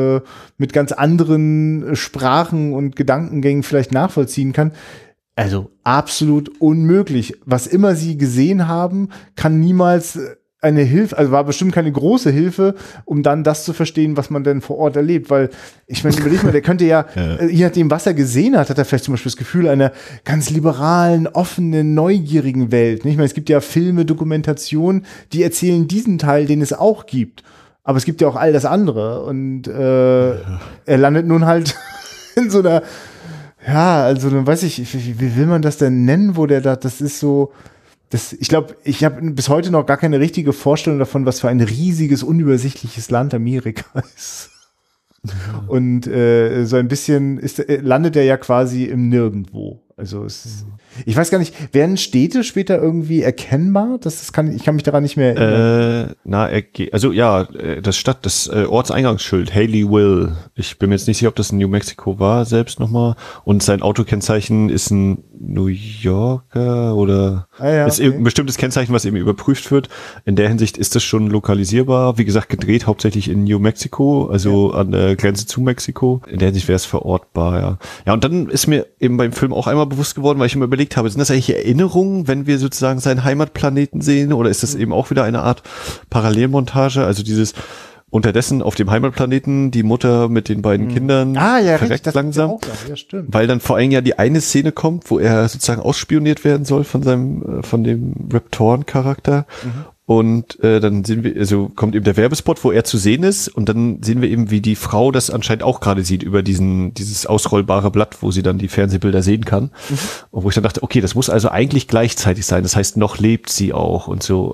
mit ganz anderen Sprachen und Gedankengängen vielleicht nachvollziehen kann. Also absolut unmöglich. Was immer sie gesehen haben, kann niemals eine Hilfe, also war bestimmt keine große Hilfe, um dann das zu verstehen, was man denn vor Ort erlebt, weil ich meine, überleg mal, der könnte ja, je nachdem, was er gesehen hat er vielleicht zum Beispiel das Gefühl einer ganz liberalen, offenen, neugierigen Welt. Ich meine, es gibt ja Filme, Dokumentationen, die erzählen diesen Teil, den es auch gibt, aber es gibt ja auch all das andere und er landet nun halt in so einer, ja, also dann weiß ich, wie will man das denn nennen, wo das ist so. Ich glaube, ich habe bis heute noch gar keine richtige Vorstellung davon, was für ein riesiges, unübersichtliches Land Amerika ist. Ja. Und so ein bisschen landet er ja quasi im Nirgendwo. Also ich weiß gar nicht, werden Städte später irgendwie erkennbar? Ich kann mich daran nicht mehr erinnern. Das Ortseingangsschild, Haleyville. Ich bin mir jetzt nicht sicher, ob das in New Mexico war, selbst nochmal. Und sein Autokennzeichen ist ein New Yorker oder ist ein bestimmtes Kennzeichen, was eben überprüft wird. In der Hinsicht ist das schon lokalisierbar. Wie gesagt, gedreht hauptsächlich in New Mexico, also an der Grenze zu Mexiko. In der Hinsicht wäre es verortbar, ja. Ja, und dann ist mir eben beim Film auch einmal bewusst geworden, weil ich immer überlegt habe, sind das eigentlich Erinnerungen, wenn wir sozusagen seinen Heimatplaneten sehen, oder ist das eben auch wieder eine Art Parallelmontage, also dieses unterdessen auf dem Heimatplaneten die Mutter mit den beiden Kindern verreckt das langsam, ja, stimmt. Weil dann vor allem ja die eine Szene kommt, wo er sozusagen ausspioniert werden soll von dem Raptoren-Charakter. Und dann sehen wir, also kommt eben der Werbespot, wo er zu sehen ist, und dann sehen wir eben, wie die Frau das anscheinend auch gerade sieht über dieses ausrollbare Blatt, wo sie dann die Fernsehbilder sehen kann. Und wo ich dann dachte, okay, das muss also eigentlich gleichzeitig sein. Das heißt, noch lebt sie auch und so.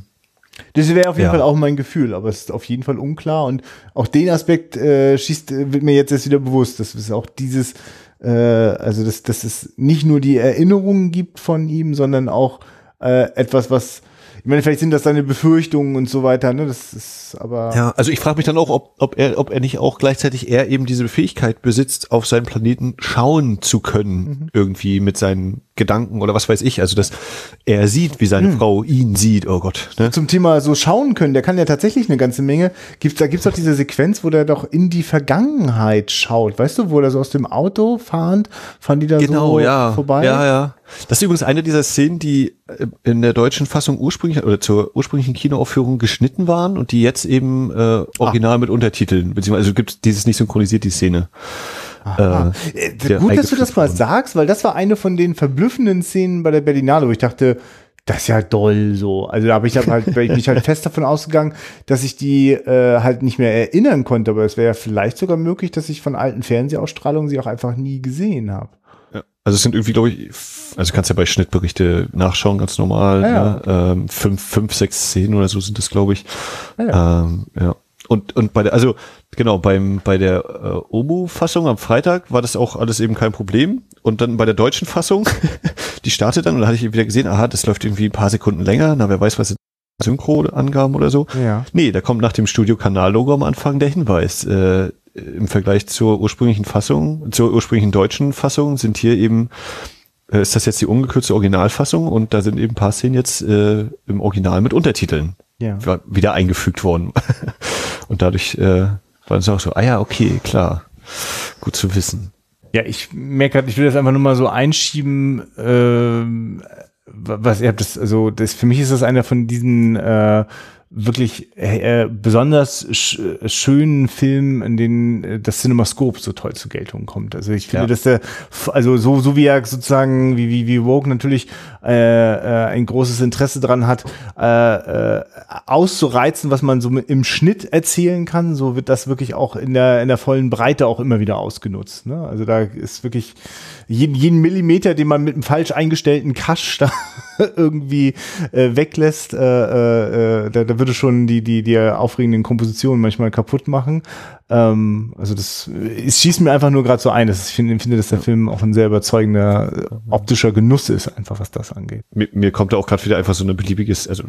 Das wäre auf jeden Fall auch mein Gefühl, aber es ist auf jeden Fall unklar. Und auch den Aspekt wird mir jetzt erst wieder bewusst, dass es auch dieses, dass es nicht nur die Erinnerungen gibt von ihm, sondern auch etwas, was, ich meine, vielleicht sind das seine Befürchtungen und so weiter, ne? Das ist aber. Ja, also ich frage mich dann auch, ob er nicht auch gleichzeitig eben diese Fähigkeit besitzt, auf seinen Planeten schauen zu können, irgendwie mit seinen Gedanken oder was weiß ich. Also dass er sieht, wie seine Frau ihn sieht. Oh Gott. Ne? Zum Thema so schauen können, der kann ja tatsächlich eine ganze Menge. Da gibt's doch diese Sequenz, wo der doch in die Vergangenheit schaut. Weißt du, wo der so aus dem Auto fahren die da so vorbei? Ja. Das ist übrigens eine dieser Szenen, die in der deutschen Fassung ursprünglich oder zur ursprünglichen Kinoaufführung geschnitten waren und die jetzt eben original mit Untertiteln, beziehungsweise gibt dieses nicht synchronisiert, die Szene. Gut, dass du das mal sagst, weil das war eine von den verblüffenden Szenen bei der Berlinale, wo ich dachte, das ist ja doll so. Also da bin ich halt fest davon ausgegangen, dass ich die halt nicht mehr erinnern konnte, aber es wäre ja vielleicht sogar möglich, dass ich von alten Fernsehausstrahlungen sie auch einfach nie gesehen habe. Ja, also es sind irgendwie, glaube ich, also kannst ja bei Schnittberichte nachschauen, ganz normal. Ne? 5, 6 Szenen oder so sind das, glaube ich. Ja. Und bei der Omu-Fassung am Freitag war das auch alles eben kein Problem. Und dann bei der deutschen Fassung, die startet dann und da hatte ich wieder gesehen, aha, das läuft irgendwie ein paar Sekunden länger. Na, wer weiß, was Synchro-Angaben oder so. Ja. Nee, da kommt nach dem Studio-Kanal-Logo am Anfang der Hinweis. Im Vergleich zur ursprünglichen deutschen Fassung sind hier eben, ist das jetzt die ungekürzte Originalfassung und da sind eben ein paar Szenen jetzt im Original mit Untertiteln wieder eingefügt worden. Und dadurch war es auch so, okay, klar, gut zu wissen. Ja, ich merke gerade, ich will das einfach nur mal so einschieben, was ihr habt, für mich ist das einer von diesen wirklich besonders schönen Filmen, in denen das CinemaScope so toll zur Geltung kommt. Also ich finde, dass so wie er sozusagen, wie Vogue natürlich ein großes Interesse dran hat, auszureizen, was man so im Schnitt erzählen kann, so wird das wirklich auch in der vollen Breite auch immer wieder ausgenutzt. Ne? Also da ist wirklich jeden Millimeter, den man mit einem falsch eingestellten Cache da irgendwie weglässt, da würde schon die aufregenden Kompositionen manchmal kaputt machen. Also es schießt mir einfach nur gerade so ein, dass ich finde, dass der Film auch ein sehr überzeugender optischer Genuss ist, einfach was das angeht. Mir kommt da auch gerade wieder einfach so eine beliebige Szene,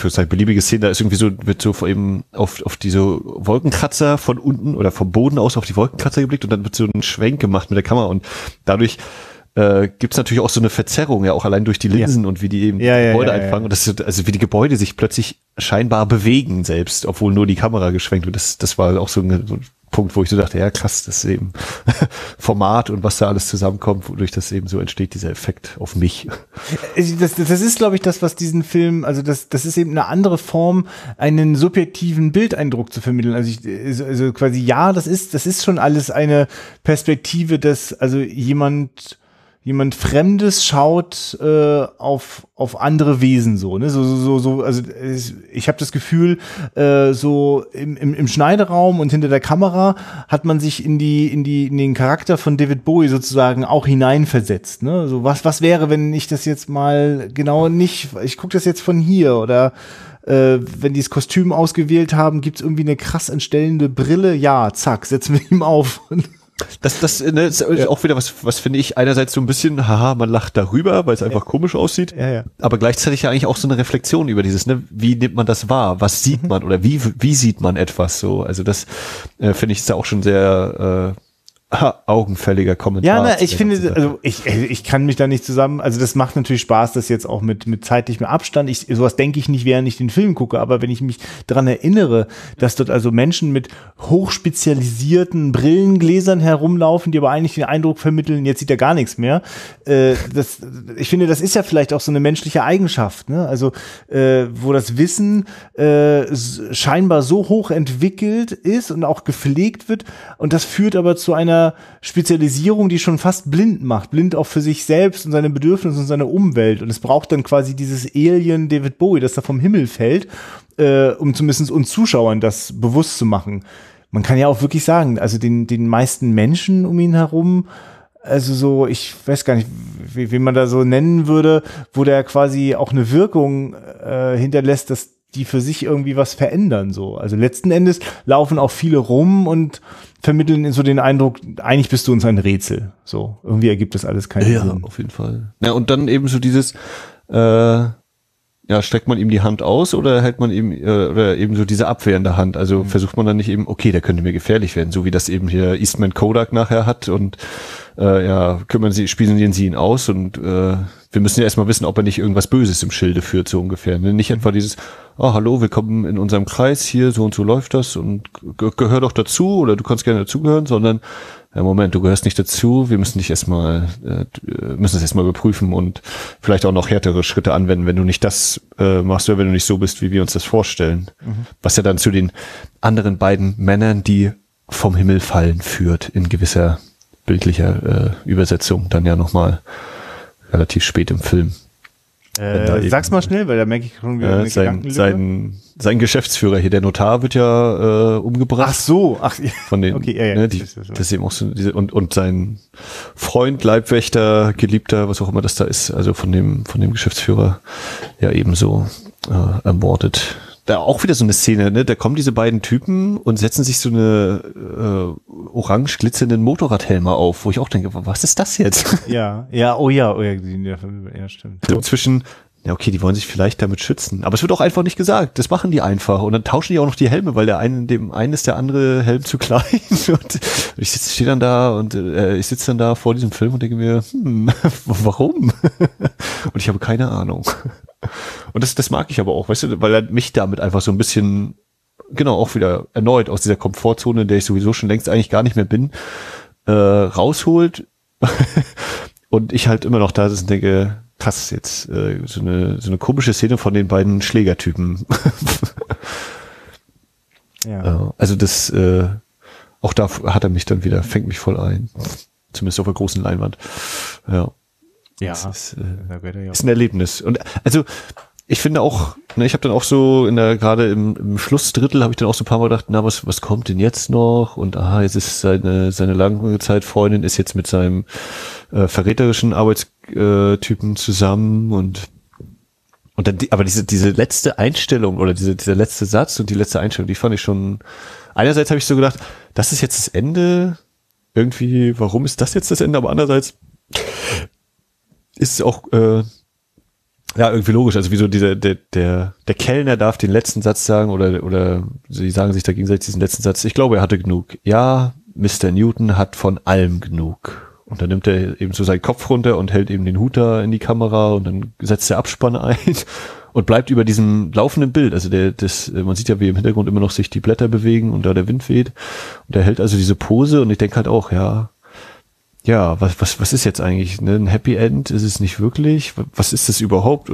da ist irgendwie so, wird so eben auf diese Wolkenkratzer von unten oder vom Boden aus auf die Wolkenkratzer geblickt und dann wird so ein Schwenk gemacht mit der Kamera und dadurch gibt's natürlich auch so eine Verzerrung, ja auch allein durch die Linsen und wie die eben Gebäude einfangen und das ist, also wie die Gebäude sich plötzlich scheinbar bewegen selbst, obwohl nur die Kamera geschwenkt wird. Das war auch so ein Punkt, wo ich so dachte, ja krass, das ist eben Format und was da alles zusammenkommt, wodurch das eben so entsteht, dieser Effekt auf mich. Das ist, glaube ich, das, was diesen Film, also das ist eben eine andere Form, einen subjektiven Bildeindruck zu vermitteln. Also quasi, das ist schon alles eine Perspektive, also jemand Fremdes schaut auf andere Wesen so, ne? So, also ich habe das Gefühl, so im Schneideraum und hinter der Kamera hat man sich in den Charakter von David Bowie sozusagen auch hineinversetzt, ne? So was wäre, wenn ich das jetzt mal genau nicht, ich gucke das jetzt von hier oder wenn die das Kostüm ausgewählt haben, gibt's irgendwie eine krass entstellende Brille, ja, zack, setzen wir ihm auf. Das ist auch wieder was finde ich einerseits so ein bisschen, man lacht darüber, weil es einfach komisch aussieht, aber gleichzeitig ja eigentlich auch so eine Reflexion über dieses, ne, wie nimmt man das wahr, was sieht man oder wie sieht man etwas so, also das finde ich ist da auch schon sehr augenfälliger Kommentar. Ja, ich finde, also ich kann mich da nicht zusammen, also das macht natürlich Spaß, das jetzt auch mit zeitlichem Abstand, sowas denke ich nicht, während ich den Film gucke, aber wenn ich mich daran erinnere, dass dort also Menschen mit hochspezialisierten Brillengläsern herumlaufen, die aber eigentlich den Eindruck vermitteln, jetzt sieht er gar nichts mehr, ich finde, das ist ja vielleicht auch so eine menschliche Eigenschaft, ne? Also wo das Wissen scheinbar so hoch entwickelt ist und auch gepflegt wird und das führt aber zu einer Spezialisierung, die schon fast blind macht. Blind auch für sich selbst und seine Bedürfnisse und seine Umwelt. Und es braucht dann quasi dieses Alien David Bowie, das da vom Himmel fällt, um zumindest uns Zuschauern das bewusst zu machen. Man kann ja auch wirklich sagen, also den meisten Menschen um ihn herum, also so, ich weiß gar nicht, wie man da so nennen würde, wo der quasi auch eine Wirkung hinterlässt, dass die für sich irgendwie was verändern, so. Also letzten Endes laufen auch viele rum und vermitteln so den Eindruck, eigentlich bist du uns ein Rätsel. So, irgendwie ergibt das alles keinen Sinn. Ja, auf jeden Fall. Ja, und dann eben so dieses, streckt man ihm die Hand aus oder hält man ihm, oder eben so diese abwehrende Hand? Also versucht man dann nicht eben, okay, der könnte mir gefährlich werden, so wie das eben hier Eastman Kodak nachher hat und spielen sie ihn aus und wir müssen ja erstmal wissen, ob er nicht irgendwas Böses im Schilde führt, so ungefähr. Ne? Nicht etwa dieses, hallo, willkommen in unserem Kreis, hier, so und so läuft das und gehör doch dazu oder du kannst gerne dazugehören, sondern, ja, Moment, du gehörst nicht dazu, wir müssen dich erstmal, müssen es erstmal überprüfen und vielleicht auch noch härtere Schritte anwenden, wenn du nicht das machst oder wenn du nicht so bist, wie wir uns das vorstellen. Was ja dann zu den anderen beiden Männern, die vom Himmel fallen, führt, in gewisser bildlicher Übersetzung, dann ja nochmal relativ spät im Film. Sag's mal schnell, weil da merke ich schon wieder eine Gedankenlücke. Sein Geschäftsführer hier, der Notar, wird ja umgebracht. Ach so, von den, okay, ja. Ne, das ist eben auch so und sein Freund, Leibwächter, Geliebter, was auch immer das da ist, also von dem Geschäftsführer ja ebenso ermordet. Da auch wieder so eine Szene, ne? Da kommen diese beiden Typen und setzen sich so eine orange glitzernden Motorradhelme auf, wo ich auch denke, was ist das jetzt? Ja, stimmt. So zwischen, ja, okay, die wollen sich vielleicht damit schützen. Aber es wird auch einfach nicht gesagt. Das machen die einfach. Und dann tauschen die auch noch die Helme, weil dem einen ist der andere Helm zu klein. Und ich stehe dann da und ich sitze dann da vor diesem Film und denke mir, warum? Und ich habe keine Ahnung. Und das mag ich aber auch, weißt du, weil er mich damit einfach so ein bisschen, genau, auch wieder erneut aus dieser Komfortzone, in der ich sowieso schon längst eigentlich gar nicht mehr bin, rausholt. Und ich halt immer noch da sitze und denke, krass, jetzt so eine komische Szene von den beiden Schlägertypen. Ja. Also das, auch da hat er mich dann wieder, fängt mich voll ein. Zumindest auf der großen Leinwand. Ja. Ja. Das ist ein Erlebnis. Und also ich finde auch, ne, ich habe dann auch so gerade im Schlussdrittel habe ich dann auch so ein paar Mal gedacht, na, was kommt denn jetzt noch? Und jetzt ist seine lange Zeit Freundin ist jetzt mit seinem verräterischen Arbeitstypen zusammen und dann aber diese letzte Einstellung oder dieser letzte Satz und die letzte Einstellung, die fand ich schon, einerseits habe ich so gedacht, das ist jetzt das Ende, irgendwie, warum ist das jetzt das Ende? Aber andererseits ist es auch ja, irgendwie logisch. Also wie so der Kellner darf den letzten Satz sagen oder sie sagen sich da gegenseitig diesen letzten Satz. Ich glaube, er hatte genug. Ja, Mr. Newton hat von allem genug. Und dann nimmt er eben so seinen Kopf runter und hält eben den Hut da in die Kamera und dann setzt der Abspann ein und bleibt über diesem laufenden Bild. Also man sieht ja, wie im Hintergrund immer noch sich die Blätter bewegen und da der Wind weht. Und er hält also diese Pose und ich denke halt auch, ja, was ist jetzt eigentlich, ne? Ein Happy End ist es nicht wirklich? Was ist das überhaupt?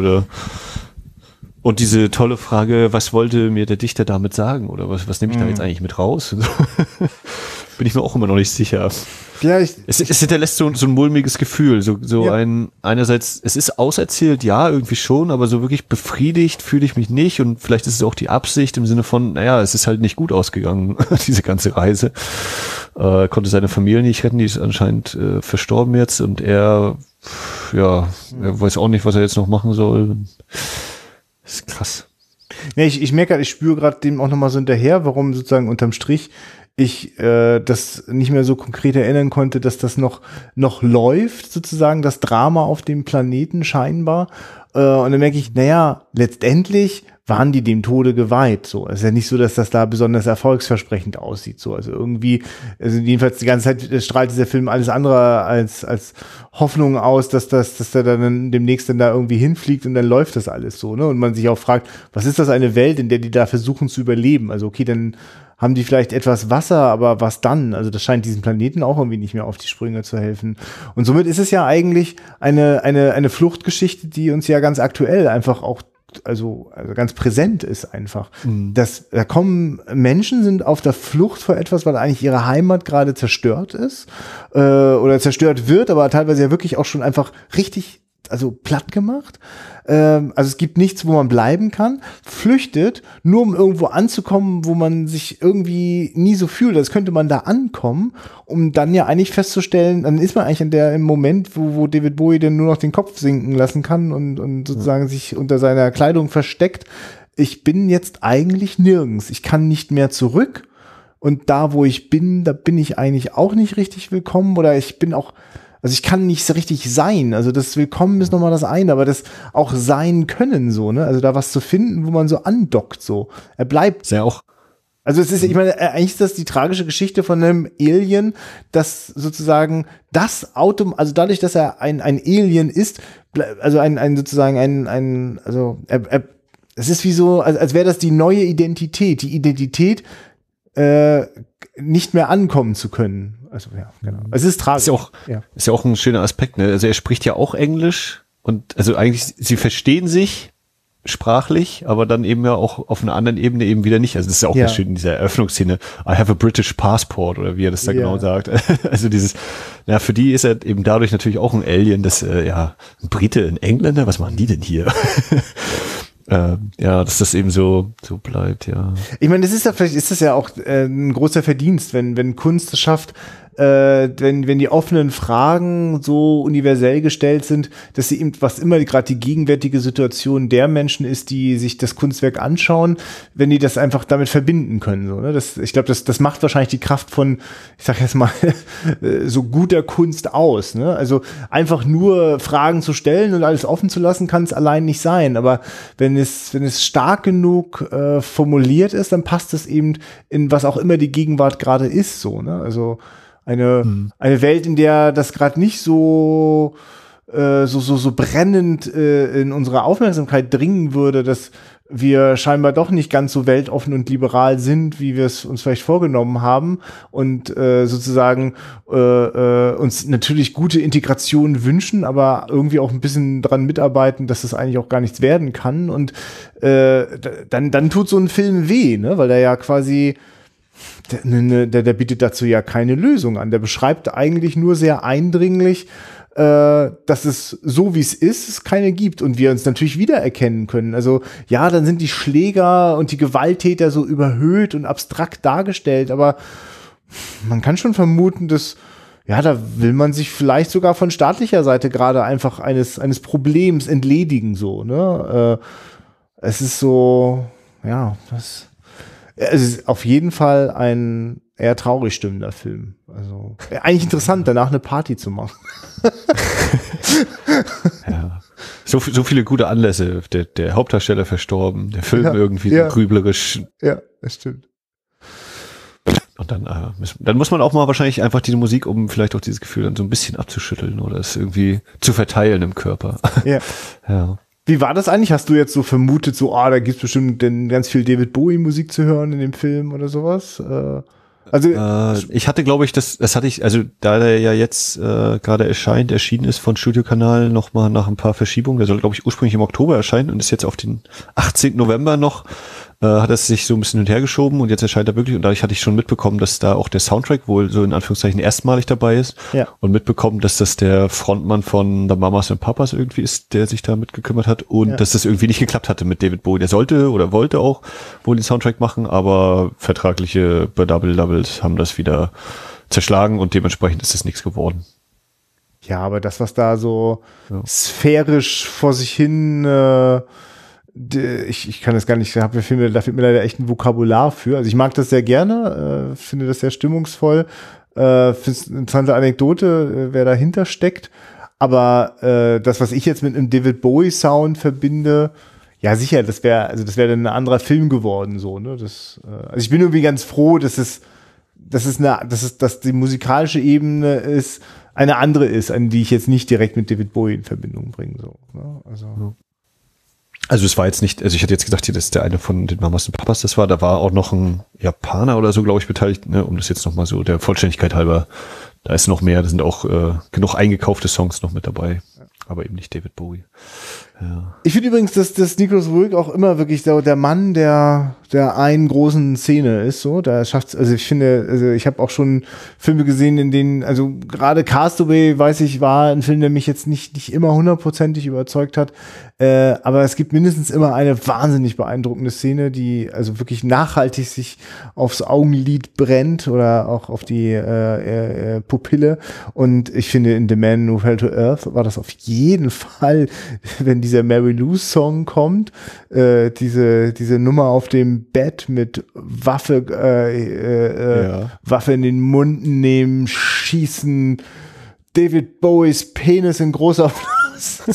Und diese tolle Frage, was wollte mir der Dichter damit sagen? Oder was nehme ich da jetzt eigentlich mit raus? Bin ich mir auch immer noch nicht sicher. Ja, es hinterlässt so ein mulmiges Gefühl, einerseits, es ist auserzählt, ja, irgendwie schon, aber so wirklich befriedigt fühle ich mich nicht und vielleicht ist es auch die Absicht im Sinne von, naja, es ist halt nicht gut ausgegangen, diese ganze Reise. Konnte seine Familie nicht retten, die ist anscheinend verstorben jetzt und er weiß auch nicht, was er jetzt noch machen soll. Das ist krass. Ja, ich merke gerade, ich spüre gerade dem auch nochmal so hinterher, warum sozusagen unterm Strich ich das nicht mehr so konkret erinnern konnte, dass das noch läuft, sozusagen, das Drama auf dem Planeten scheinbar. Und dann merke ich, naja, letztendlich waren die dem Tode geweiht. So, es ist ja nicht so, dass das da besonders erfolgsversprechend aussieht. So, also irgendwie, also jedenfalls die ganze Zeit strahlt dieser Film alles andere als Hoffnung aus, dass der dann demnächst dann da irgendwie hinfliegt und dann läuft das alles so, ne? Und man sich auch fragt, was ist das eine Welt, in der die da versuchen zu überleben? Also okay, dann haben die vielleicht etwas Wasser, aber was dann? Also das scheint diesem Planeten auch irgendwie nicht mehr auf die Sprünge zu helfen. Und somit ist es ja eigentlich eine Fluchtgeschichte, die uns ja ganz aktuell einfach auch also ganz präsent ist einfach. Da kommen Menschen, sind auf der Flucht vor etwas, weil eigentlich ihre Heimat gerade zerstört ist oder zerstört wird, aber teilweise ja wirklich auch schon einfach richtig, also platt gemacht. Also es gibt nichts, wo man bleiben kann, flüchtet, nur um irgendwo anzukommen, wo man sich irgendwie nie so fühlt, als könnte man da ankommen, um dann ja eigentlich festzustellen, dann ist man eigentlich im Moment, wo David Bowie dann nur noch den Kopf sinken lassen kann und sozusagen sich unter seiner Kleidung versteckt. Ich bin jetzt eigentlich nirgends. Ich kann nicht mehr zurück. Und da, wo ich bin, da bin ich eigentlich auch nicht richtig willkommen oder ich bin auch, also ich kann nicht so richtig sein. Also das Willkommen ist nochmal das eine, aber das auch sein können so, ne? Also da was zu finden, wo man so andockt so. Er bleibt. Sehr auch. Also es ist, ich meine, eigentlich ist das die tragische Geschichte von einem Alien, das sozusagen das Auto, also dadurch, dass er ein Alien ist, also es ist wie so, als wäre das die neue Identität, die Identität, nicht mehr ankommen zu können. Also ja, genau. Es ist tragisch. Ist ja auch ein schöner Aspekt, ne? Also er spricht ja auch Englisch und also eigentlich, sie verstehen sich sprachlich, aber dann eben ja auch auf einer anderen Ebene eben wieder nicht. Also das ist ja auch schön in dieser Eröffnungsszene. I have a British passport oder wie er das da genau sagt. Also für die ist er eben dadurch natürlich auch ein Alien, ein Brite, ein Engländer, was machen die denn hier? Dass das eben so bleibt, ja. Ich meine, vielleicht ist das ja auch ein großer Verdienst, wenn Kunst es schafft, wenn die offenen Fragen so universell gestellt sind, dass sie eben, was immer gerade die gegenwärtige Situation der Menschen ist, die sich das Kunstwerk anschauen, wenn die das einfach damit verbinden können. So, ne? Ich glaube, das macht wahrscheinlich die Kraft von, ich sag jetzt mal, so guter Kunst aus. Ne? Also einfach nur Fragen zu stellen und alles offen zu lassen, kann es allein nicht sein. Aber wenn es stark genug formuliert ist, dann passt es eben in was auch immer die Gegenwart gerade ist. So, ne? Also eine Welt, in der das gerade nicht so brennend in unsere Aufmerksamkeit dringen würde, dass wir scheinbar doch nicht ganz so weltoffen und liberal sind, wie wir es uns vielleicht vorgenommen haben und sozusagen uns natürlich gute Integration wünschen, aber irgendwie auch ein bisschen dran mitarbeiten, dass das eigentlich auch gar nichts werden kann. Und dann tut so ein Film weh, ne? Weil der ja quasi der bietet dazu ja keine Lösung an. Der beschreibt eigentlich nur sehr eindringlich, dass es so wie es ist, es keine gibt und wir uns natürlich wiedererkennen können. Also ja, dann sind die Schläger und die Gewalttäter so überhöht und abstrakt dargestellt, aber man kann schon vermuten, dass ja, da will man sich vielleicht sogar von staatlicher Seite gerade einfach eines Problems entledigen, so, ne? Es ist so, ja, es ist auf jeden Fall ein eher traurig stimmender Film. Also eigentlich interessant, danach eine Party zu machen. Ja. So viele gute Anlässe. Der Hauptdarsteller verstorben, der Film irgendwie so grüblerisch. Ja, das stimmt. Und dann muss man auch mal wahrscheinlich einfach diese Musik, um vielleicht auch dieses Gefühl dann so ein bisschen abzuschütteln oder es irgendwie zu verteilen im Körper. Ja. Ja. Wie war das eigentlich? Hast du jetzt so vermutet, so, da gibt's bestimmt denn ganz viel David Bowie Musik zu hören in dem Film oder sowas? Ich hatte, glaube ich, das hatte ich, also da der ja jetzt gerade erschienen ist von Studiokanal nochmal nach ein paar Verschiebungen, der soll, glaube ich, ursprünglich im Oktober erscheinen und ist jetzt auf den 18. November noch, hat es sich so ein bisschen hin und her geschoben und jetzt erscheint er wirklich und dadurch hatte ich schon mitbekommen, dass da auch der Soundtrack wohl so in Anführungszeichen erstmalig dabei ist und mitbekommen, dass das der Frontmann von The Mamas and Papas irgendwie ist, der sich da mitgekümmert hat und dass das irgendwie nicht geklappt hatte mit David Bowie. Der sollte oder wollte auch wohl den Soundtrack machen, aber vertragliche Doubles haben das wieder zerschlagen und dementsprechend ist das nichts geworden. Ja, aber das, was da so sphärisch vor sich hin ich kann das gar nicht, da fehlt mir leider echt ein Vokabular für. Also ich mag das sehr gerne, finde das sehr stimmungsvoll, finde es eine interessante Anekdote, wer dahinter steckt. Aber das, was ich jetzt mit einem David Bowie Sound verbinde, ja sicher, das wäre dann ein anderer Film geworden, so, ne? Also ich bin irgendwie ganz froh, dass die musikalische Ebene ist, eine andere ist, an die ich jetzt nicht direkt mit David Bowie in Verbindung bringe, so, ne? Also es war jetzt nicht, also ich hätte jetzt gedacht, hier, das ist der eine von den Mamas und Papas, da war auch noch ein Japaner oder so, glaube ich, beteiligt, ne, um das jetzt nochmal so der Vollständigkeit halber, da ist noch mehr, da sind auch genug eingekaufte Songs noch mit dabei, aber eben nicht David Bowie. Ja. Ich finde übrigens, dass Nicolas Roeg auch immer wirklich der Mann der einen großen Szene ist, so, da schafft's, also ich finde, also ich habe auch schon Filme gesehen, in denen, also gerade Castaway, weiß ich, war ein Film, der mich jetzt nicht immer hundertprozentig überzeugt hat, aber es gibt mindestens immer eine wahnsinnig beeindruckende Szene, die also wirklich nachhaltig sich aufs Augenlid brennt oder auch auf die Pupille und ich finde, in The Man Who Fell to Earth war das auf jeden Fall, wenn dieser Mary Lou Song kommt, diese Nummer auf dem Bett mit Waffe in den Mund nehmen, schießen, David Bowies Penis in großer Fluss.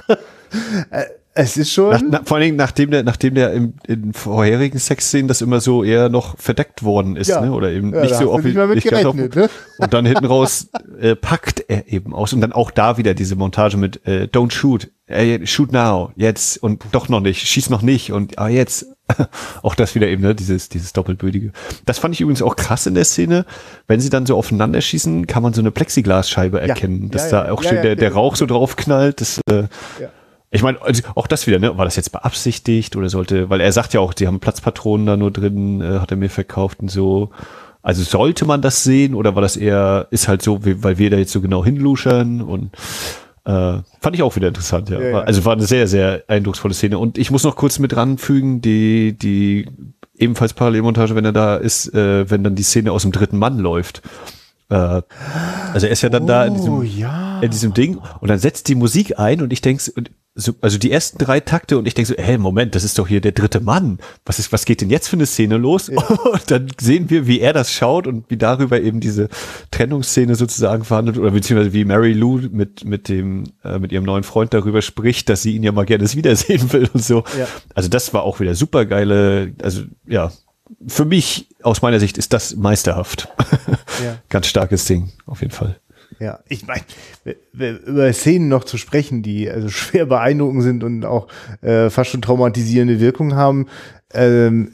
Es ist schon. Vor allen Dingen, nachdem der in vorherigen Sexszenen das immer so eher noch verdeckt worden ist, ne? Oder eben nicht so offiziell. Ne? Und dann hinten raus packt er eben aus. Und dann auch da wieder diese Montage mit Don't shoot, shoot now, jetzt und doch noch nicht, schieß noch nicht und jetzt. Auch das wieder eben, ne? Dieses Doppelbödige. Das fand ich übrigens auch krass in der Szene. Wenn sie dann so aufeinander schießen, kann man so eine Plexiglasscheibe erkennen, dass da auch schön der Rauch so drauf knallt. Ich meine, also auch das wieder, ne? War das jetzt beabsichtigt oder weil er sagt ja auch, die haben Platzpatronen da nur drin, hat er mir verkauft und so. Also sollte man das sehen oder war das eher, ist halt so, weil wir da jetzt so genau hinluschern und fand ich auch wieder interessant, ja. Also war eine sehr, sehr eindrucksvolle Szene. Und ich muss noch kurz mit ranfügen, die ebenfalls Parallelmontage, wenn er da ist, wenn dann die Szene aus dem dritten Mann läuft. Also er ist ja dann da in diesem Ding und dann setzt die Musik ein und ich denke, also die ersten 3 Takte und ich denke so, hey, Moment, das ist doch hier der dritte Mann. Was geht denn jetzt für eine Szene los? Ja. Und dann sehen wir, wie er das schaut und wie darüber eben diese Trennungsszene sozusagen verhandelt oder beziehungsweise wie Mary Lou mit ihrem neuen Freund darüber spricht, dass sie ihn ja mal gerne wiedersehen will und so. Ja. Also das war auch wieder super geile, also ja, für mich, aus meiner Sicht, ist das meisterhaft. Ja. Ganz starkes Ding, auf jeden Fall. Ja, ich meine, über Szenen noch zu sprechen, die also schwer beeindruckend sind und auch fast schon traumatisierende Wirkung haben. Wenn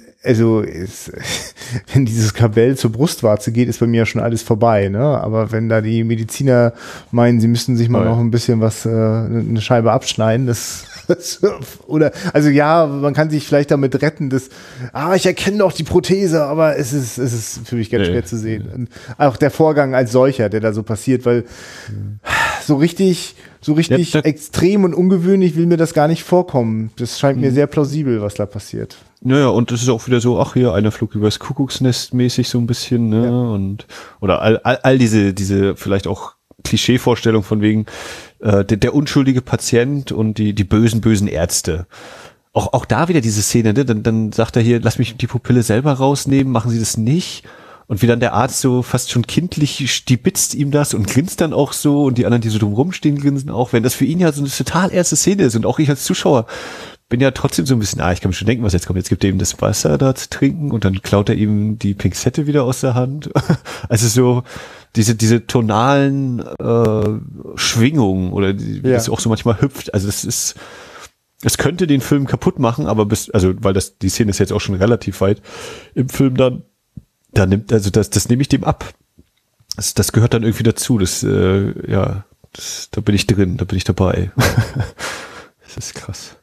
dieses Kabell zur Brustwarze geht, ist bei mir ja schon alles vorbei, ne? Aber wenn da die Mediziner meinen, sie müssten sich mal noch ein bisschen eine Scheibe abschneiden, oder, also ja, man kann sich vielleicht damit retten, ich erkenne doch die Prothese, aber es ist für mich ganz schwer zu sehen. Und auch der Vorgang als solcher, der da so passiert, weil so richtig extrem und ungewöhnlich will mir das gar nicht vorkommen. Das scheint mir sehr plausibel, was da passiert. Naja, und es ist auch wieder so, hier, einer flog übers Kuckucksnest mäßig so ein bisschen, ne, und, oder all diese vielleicht auch Klischeevorstellung von wegen, der unschuldige Patient und die bösen Ärzte. Auch da wieder diese Szene, ne? Dann sagt er hier, lass mich die Pupille selber rausnehmen, machen Sie das nicht. Und wie dann der Arzt so fast schon kindlich stibitzt ihm das und grinst dann auch so und die anderen, die so drum rumstehen, grinsen auch, wenn das für ihn ja so eine total erste Szene ist und auch ich als Zuschauer bin ja trotzdem so ein bisschen, ich kann mir schon denken, was jetzt kommt. Jetzt gibt er ihm das Wasser da zu trinken und dann klaut er ihm die Pinzette wieder aus der Hand. Also so diese tonalen Schwingungen oder wie das auch so manchmal hüpft. Also das könnte den Film kaputt machen, aber weil die Szene ist jetzt auch schon relativ weit im Film dann das nehme ich dem ab. Das gehört dann irgendwie dazu. Da bin ich drin, da bin ich dabei. Das ist krass.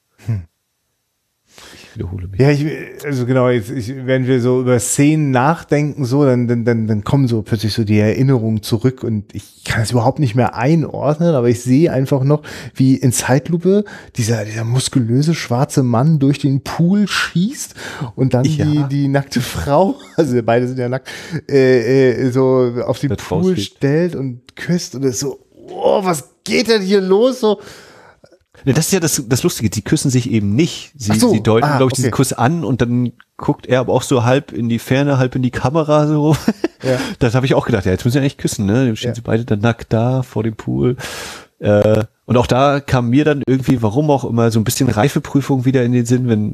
Ich wiederhole mich. Ja, wenn wir so über Szenen nachdenken, so, dann kommen so plötzlich so die Erinnerungen zurück und ich kann es überhaupt nicht mehr einordnen, aber ich sehe einfach noch, wie in Zeitlupe dieser muskulöse schwarze Mann durch den Pool schießt und dann die nackte Frau, also beide sind ja nackt, so auf den Pool stellt und küsst und ist so, was geht denn hier los? So. Das ist ja das Lustige, die küssen sich eben nicht. Sie deuten, glaube ich, diesen Kuss an und dann guckt er aber auch so halb in die Ferne, halb in die Kamera so. Ja. Das habe ich auch gedacht, jetzt müssen sie eigentlich küssen, ne? Dann stehen sie beide dann nackt da vor dem Pool. Und auch da kam mir dann irgendwie, warum auch immer, so ein bisschen Reifeprüfung wieder in den Sinn, wenn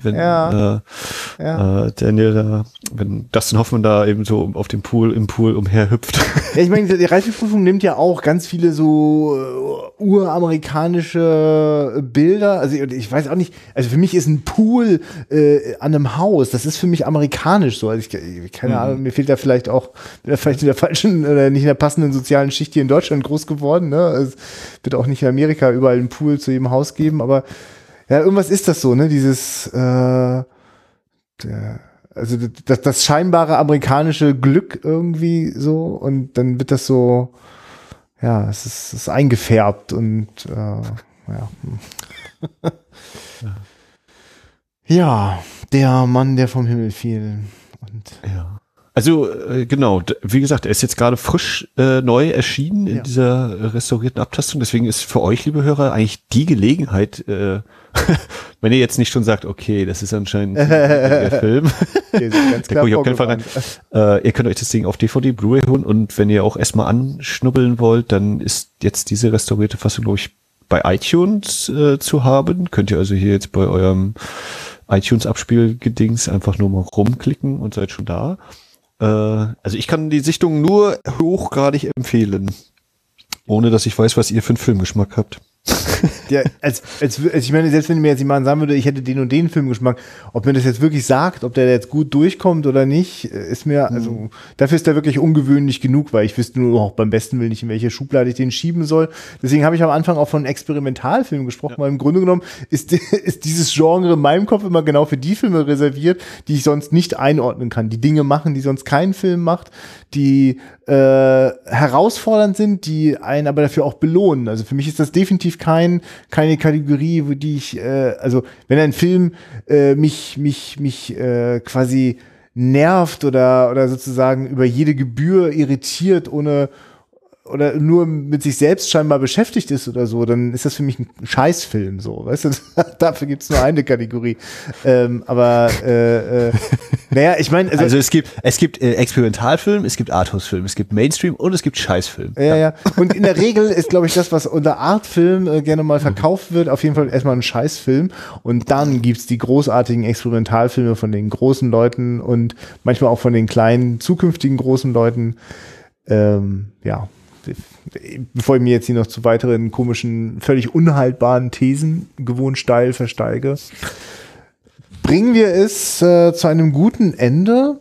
Daniel da, wenn Dustin Hoffman da eben so im Pool umherhüpft. Ja, ich meine, die Reifeprüfung nimmt ja auch ganz viele so uramerikanische Bilder. Also ich weiß auch nicht, also für mich ist ein Pool an einem Haus, das ist für mich amerikanisch so. Also keine Ahnung, mir fehlt da vielleicht in der falschen oder nicht in der passenden sozialen Schicht hier in Deutschland groß geworden, ne? Es wird auch nicht in Amerika überall einen Pool zu jedem Haus geben, aber ja, irgendwas ist das so, ne? Dieses das scheinbare amerikanische Glück irgendwie so und dann wird das so, es ist eingefärbt und ja, der Mann, der vom Himmel fiel. Und also genau, wie gesagt, er ist jetzt gerade frisch neu erschienen in dieser restaurierten Abtastung. Deswegen ist für euch, liebe Hörer, eigentlich die Gelegenheit, wenn ihr jetzt nicht schon sagt, okay, das ist anscheinend der Film, ganz klar ich auf keinen Fall rein. Ihr könnt euch das Ding auf DVD, Blu-ray holen und wenn ihr auch erstmal anschnubbeln wollt, dann ist jetzt diese restaurierte Fassung, glaube ich, bei iTunes zu haben. Könnt ihr also hier jetzt bei eurem iTunes-Abspielgedings einfach nur mal rumklicken und seid schon da. Also ich kann die Sichtung nur hochgradig empfehlen, ohne dass ich weiß, was ihr für einen Filmgeschmack habt. Ja, ich meine, selbst wenn mir jetzt jemand sagen würde, ich hätte den und den Filmgeschmack, ob mir das jetzt wirklich sagt, ob der jetzt gut durchkommt oder nicht, ist mir, also dafür ist der wirklich ungewöhnlich genug, weil ich wüsste nur auch beim besten Willen nicht, in welche Schublade ich den schieben soll. Deswegen habe ich am Anfang auch von Experimentalfilmen gesprochen, weil im Grunde genommen ist dieses Genre in meinem Kopf immer genau für die Filme reserviert, die ich sonst nicht einordnen kann, die Dinge machen, die sonst kein Film macht, die herausfordernd sind, die einen aber dafür auch belohnen. Also für mich ist das definitiv keine Kategorie, die ich, also wenn ein Film mich quasi nervt oder sozusagen über jede Gebühr irritiert, oder nur mit sich selbst scheinbar beschäftigt ist oder so, dann ist das für mich ein Scheißfilm, so, weißt du, dafür gibt's nur eine Kategorie. Naja, ich meine, also es gibt Experimentalfilm, es gibt Arthouse-Film, es gibt Mainstream und es gibt Scheißfilm. Ja. Und in der Regel ist, glaube ich, das, was unter Artfilm gerne mal verkauft wird, auf jeden Fall erstmal ein Scheißfilm. Und dann gibt's die großartigen Experimentalfilme von den großen Leuten und manchmal auch von den kleinen, zukünftigen großen Leuten. Ja. Bevor ich mir jetzt hier noch zu weiteren komischen, völlig unhaltbaren Thesen gewohnt steil versteige, bringen wir es zu einem guten Ende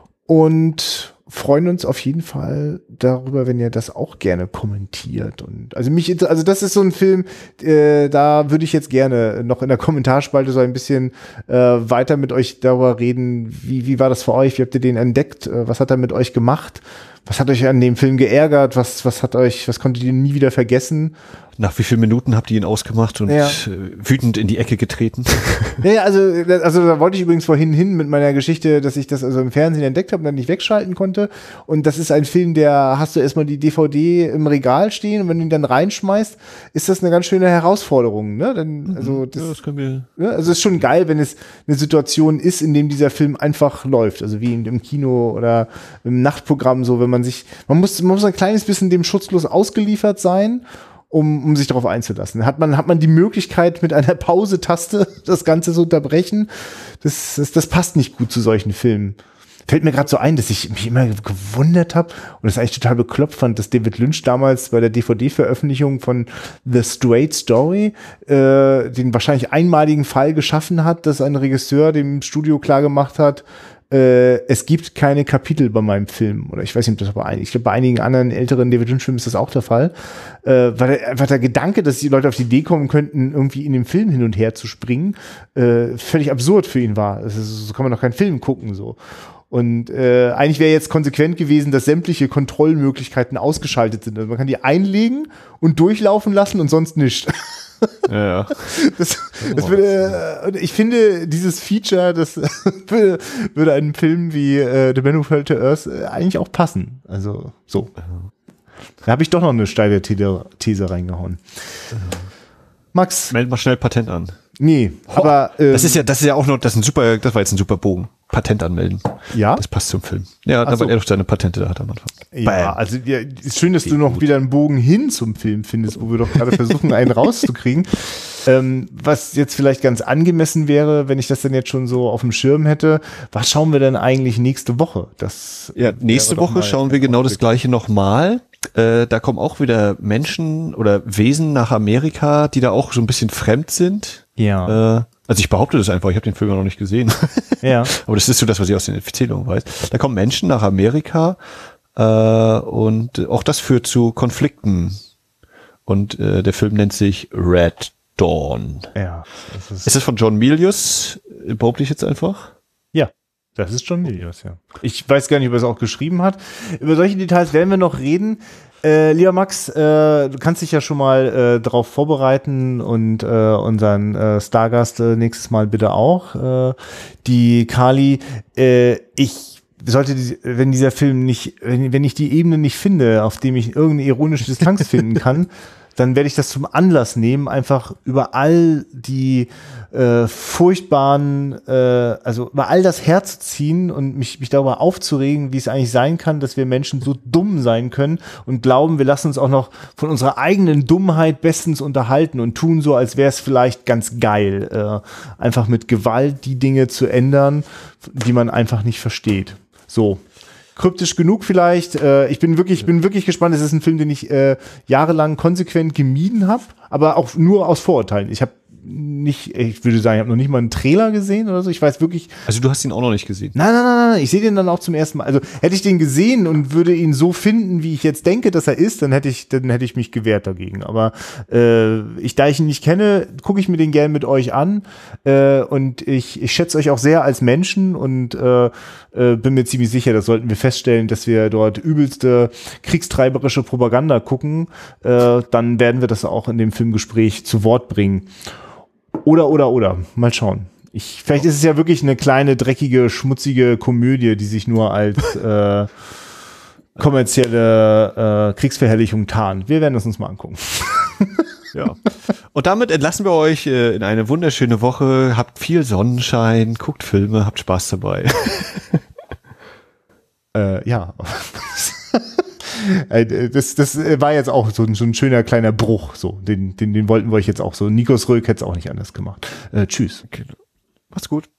und freuen uns auf jeden Fall darüber, wenn ihr das auch gerne kommentiert. Und also das ist so ein Film, da würde ich jetzt gerne noch in der Kommentarspalte so ein bisschen weiter mit euch darüber reden. Wie war das für euch? Wie habt ihr den entdeckt? Was hat er mit euch gemacht? Was hat euch an dem Film geärgert? Was konntet ihr nie wieder vergessen? Nach wie vielen Minuten habt ihr ihn ausgemacht und wütend in die Ecke getreten? Ja, also da wollte ich übrigens vorhin hin mit meiner Geschichte, dass ich das also im Fernsehen entdeckt habe und dann nicht wegschalten konnte. Und das ist ein Film, der hast du erstmal die DVD im Regal stehen und wenn du ihn dann reinschmeißt, ist das eine ganz schöne Herausforderung. Ne? Das können wir. Also es ist schon geil, wenn es eine Situation ist, in dem dieser Film einfach läuft. Also wie im Kino oder im Nachtprogramm so, wenn man muss ein kleines bisschen dem schutzlos ausgeliefert sein, um sich darauf einzulassen. Hat man die Möglichkeit, mit einer Pause-Taste das Ganze zu unterbrechen? Das passt nicht gut zu solchen Filmen. Fällt mir gerade so ein, dass ich mich immer gewundert habe und das eigentlich total bekloppt fand, dass David Lynch damals bei der DVD-Veröffentlichung von The Straight Story den wahrscheinlich einmaligen Fall geschaffen hat, dass ein Regisseur dem Studio klargemacht hat, es gibt keine Kapitel bei meinem Film. Oder ich weiß nicht, ob das ich glaube, bei einigen anderen älteren David Lynch-Filmen ist das auch der Fall. Weil einfach der Gedanke, dass die Leute auf die Idee kommen könnten, irgendwie in dem Film hin und her zu springen, völlig absurd für ihn war. So kann man doch keinen Film gucken, so. Und eigentlich wäre jetzt konsequent gewesen, dass sämtliche Kontrollmöglichkeiten ausgeschaltet sind. Also man kann die einlegen und durchlaufen lassen und sonst nicht. Ja. Ich finde, dieses Feature, das würde einem Film wie The Man Who Fell to Earth eigentlich auch passen. Also so. Da habe ich doch noch eine steile These reingehauen. Max. Meld mal schnell Patent an. Nee, aber das ist ja auch noch, das war jetzt ein super Bogen. Patent anmelden. Ja? Das passt zum Film. Ja, weil er doch seine Patente da hat am Anfang. Ja, also ist schön, dass du noch wieder einen Bogen hin zum Film findest, wo wir doch gerade versuchen, einen rauszukriegen. Was jetzt vielleicht ganz angemessen wäre, wenn ich das dann jetzt schon so auf dem Schirm hätte, was schauen wir denn eigentlich nächste Woche? Nächste Woche schauen wir genau das Gleiche nochmal. Da kommen auch wieder Menschen oder Wesen nach Amerika, die da auch so ein bisschen fremd sind. Ja. Also ich behaupte das einfach, ich habe den Film noch nicht gesehen. Ja. Aber das ist so das, was ich aus den Erzählungen weiß. Da kommen Menschen nach Amerika und auch das führt zu Konflikten. Und der Film nennt sich Red Dawn. Ja. Ist das von John Milius? Behaupte ich jetzt einfach? Ja. Das ist John Milius, ja. Ich weiß gar nicht, ob er es auch geschrieben hat. Über solche Details werden wir noch reden. Lieber Max, du kannst dich ja schon mal darauf vorbereiten und unseren Stargast nächstes Mal bitte auch. Die Kali, wenn dieser Film nicht, wenn ich die Ebene nicht finde, auf dem ich irgendeine ironische Distanz finden kann, dann werde ich das zum Anlass nehmen, einfach über all die furchtbaren, also über all das herzuziehen und mich darüber aufzuregen, wie es eigentlich sein kann, dass wir Menschen so dumm sein können und glauben, wir lassen uns auch noch von unserer eigenen Dummheit bestens unterhalten und tun so, als wäre es vielleicht ganz geil, einfach mit Gewalt die Dinge zu ändern, die man einfach nicht versteht. So. Kryptisch genug vielleicht. Ich bin wirklich gespannt. Es ist ein Film, den ich jahrelang konsequent gemieden habe, aber auch nur aus Vorurteilen. Ich würde sagen, ich habe noch nicht mal einen Trailer gesehen oder so. Ich weiß wirklich. Also du hast ihn auch noch nicht gesehen? Nein. Ich sehe den dann auch zum ersten Mal. Also hätte ich den gesehen und würde ihn so finden, wie ich jetzt denke, dass er ist, dann hätte ich mich gewehrt dagegen. Aber da ich ihn nicht kenne, gucke ich mir den gerne mit euch an. Und ich schätze euch auch sehr als Menschen und bin mir ziemlich sicher, das sollten wir feststellen, dass wir dort übelste kriegstreiberische Propaganda gucken. Dann werden wir das auch in dem Filmgespräch zu Wort bringen. Oder. Mal schauen. Vielleicht ist es ja wirklich eine kleine, dreckige, schmutzige Komödie, die sich nur als kommerzielle Kriegsverherrlichung tarnt. Wir werden es uns mal angucken. Ja. Und damit entlassen wir euch in eine wunderschöne Woche. Habt viel Sonnenschein, guckt Filme, habt Spaß dabei. Ja. Das war jetzt auch so ein schöner kleiner Bruch. So, den wollten wir euch jetzt auch so. Nikos Röck hätte es auch nicht anders gemacht. Tschüss. Okay. Macht's gut.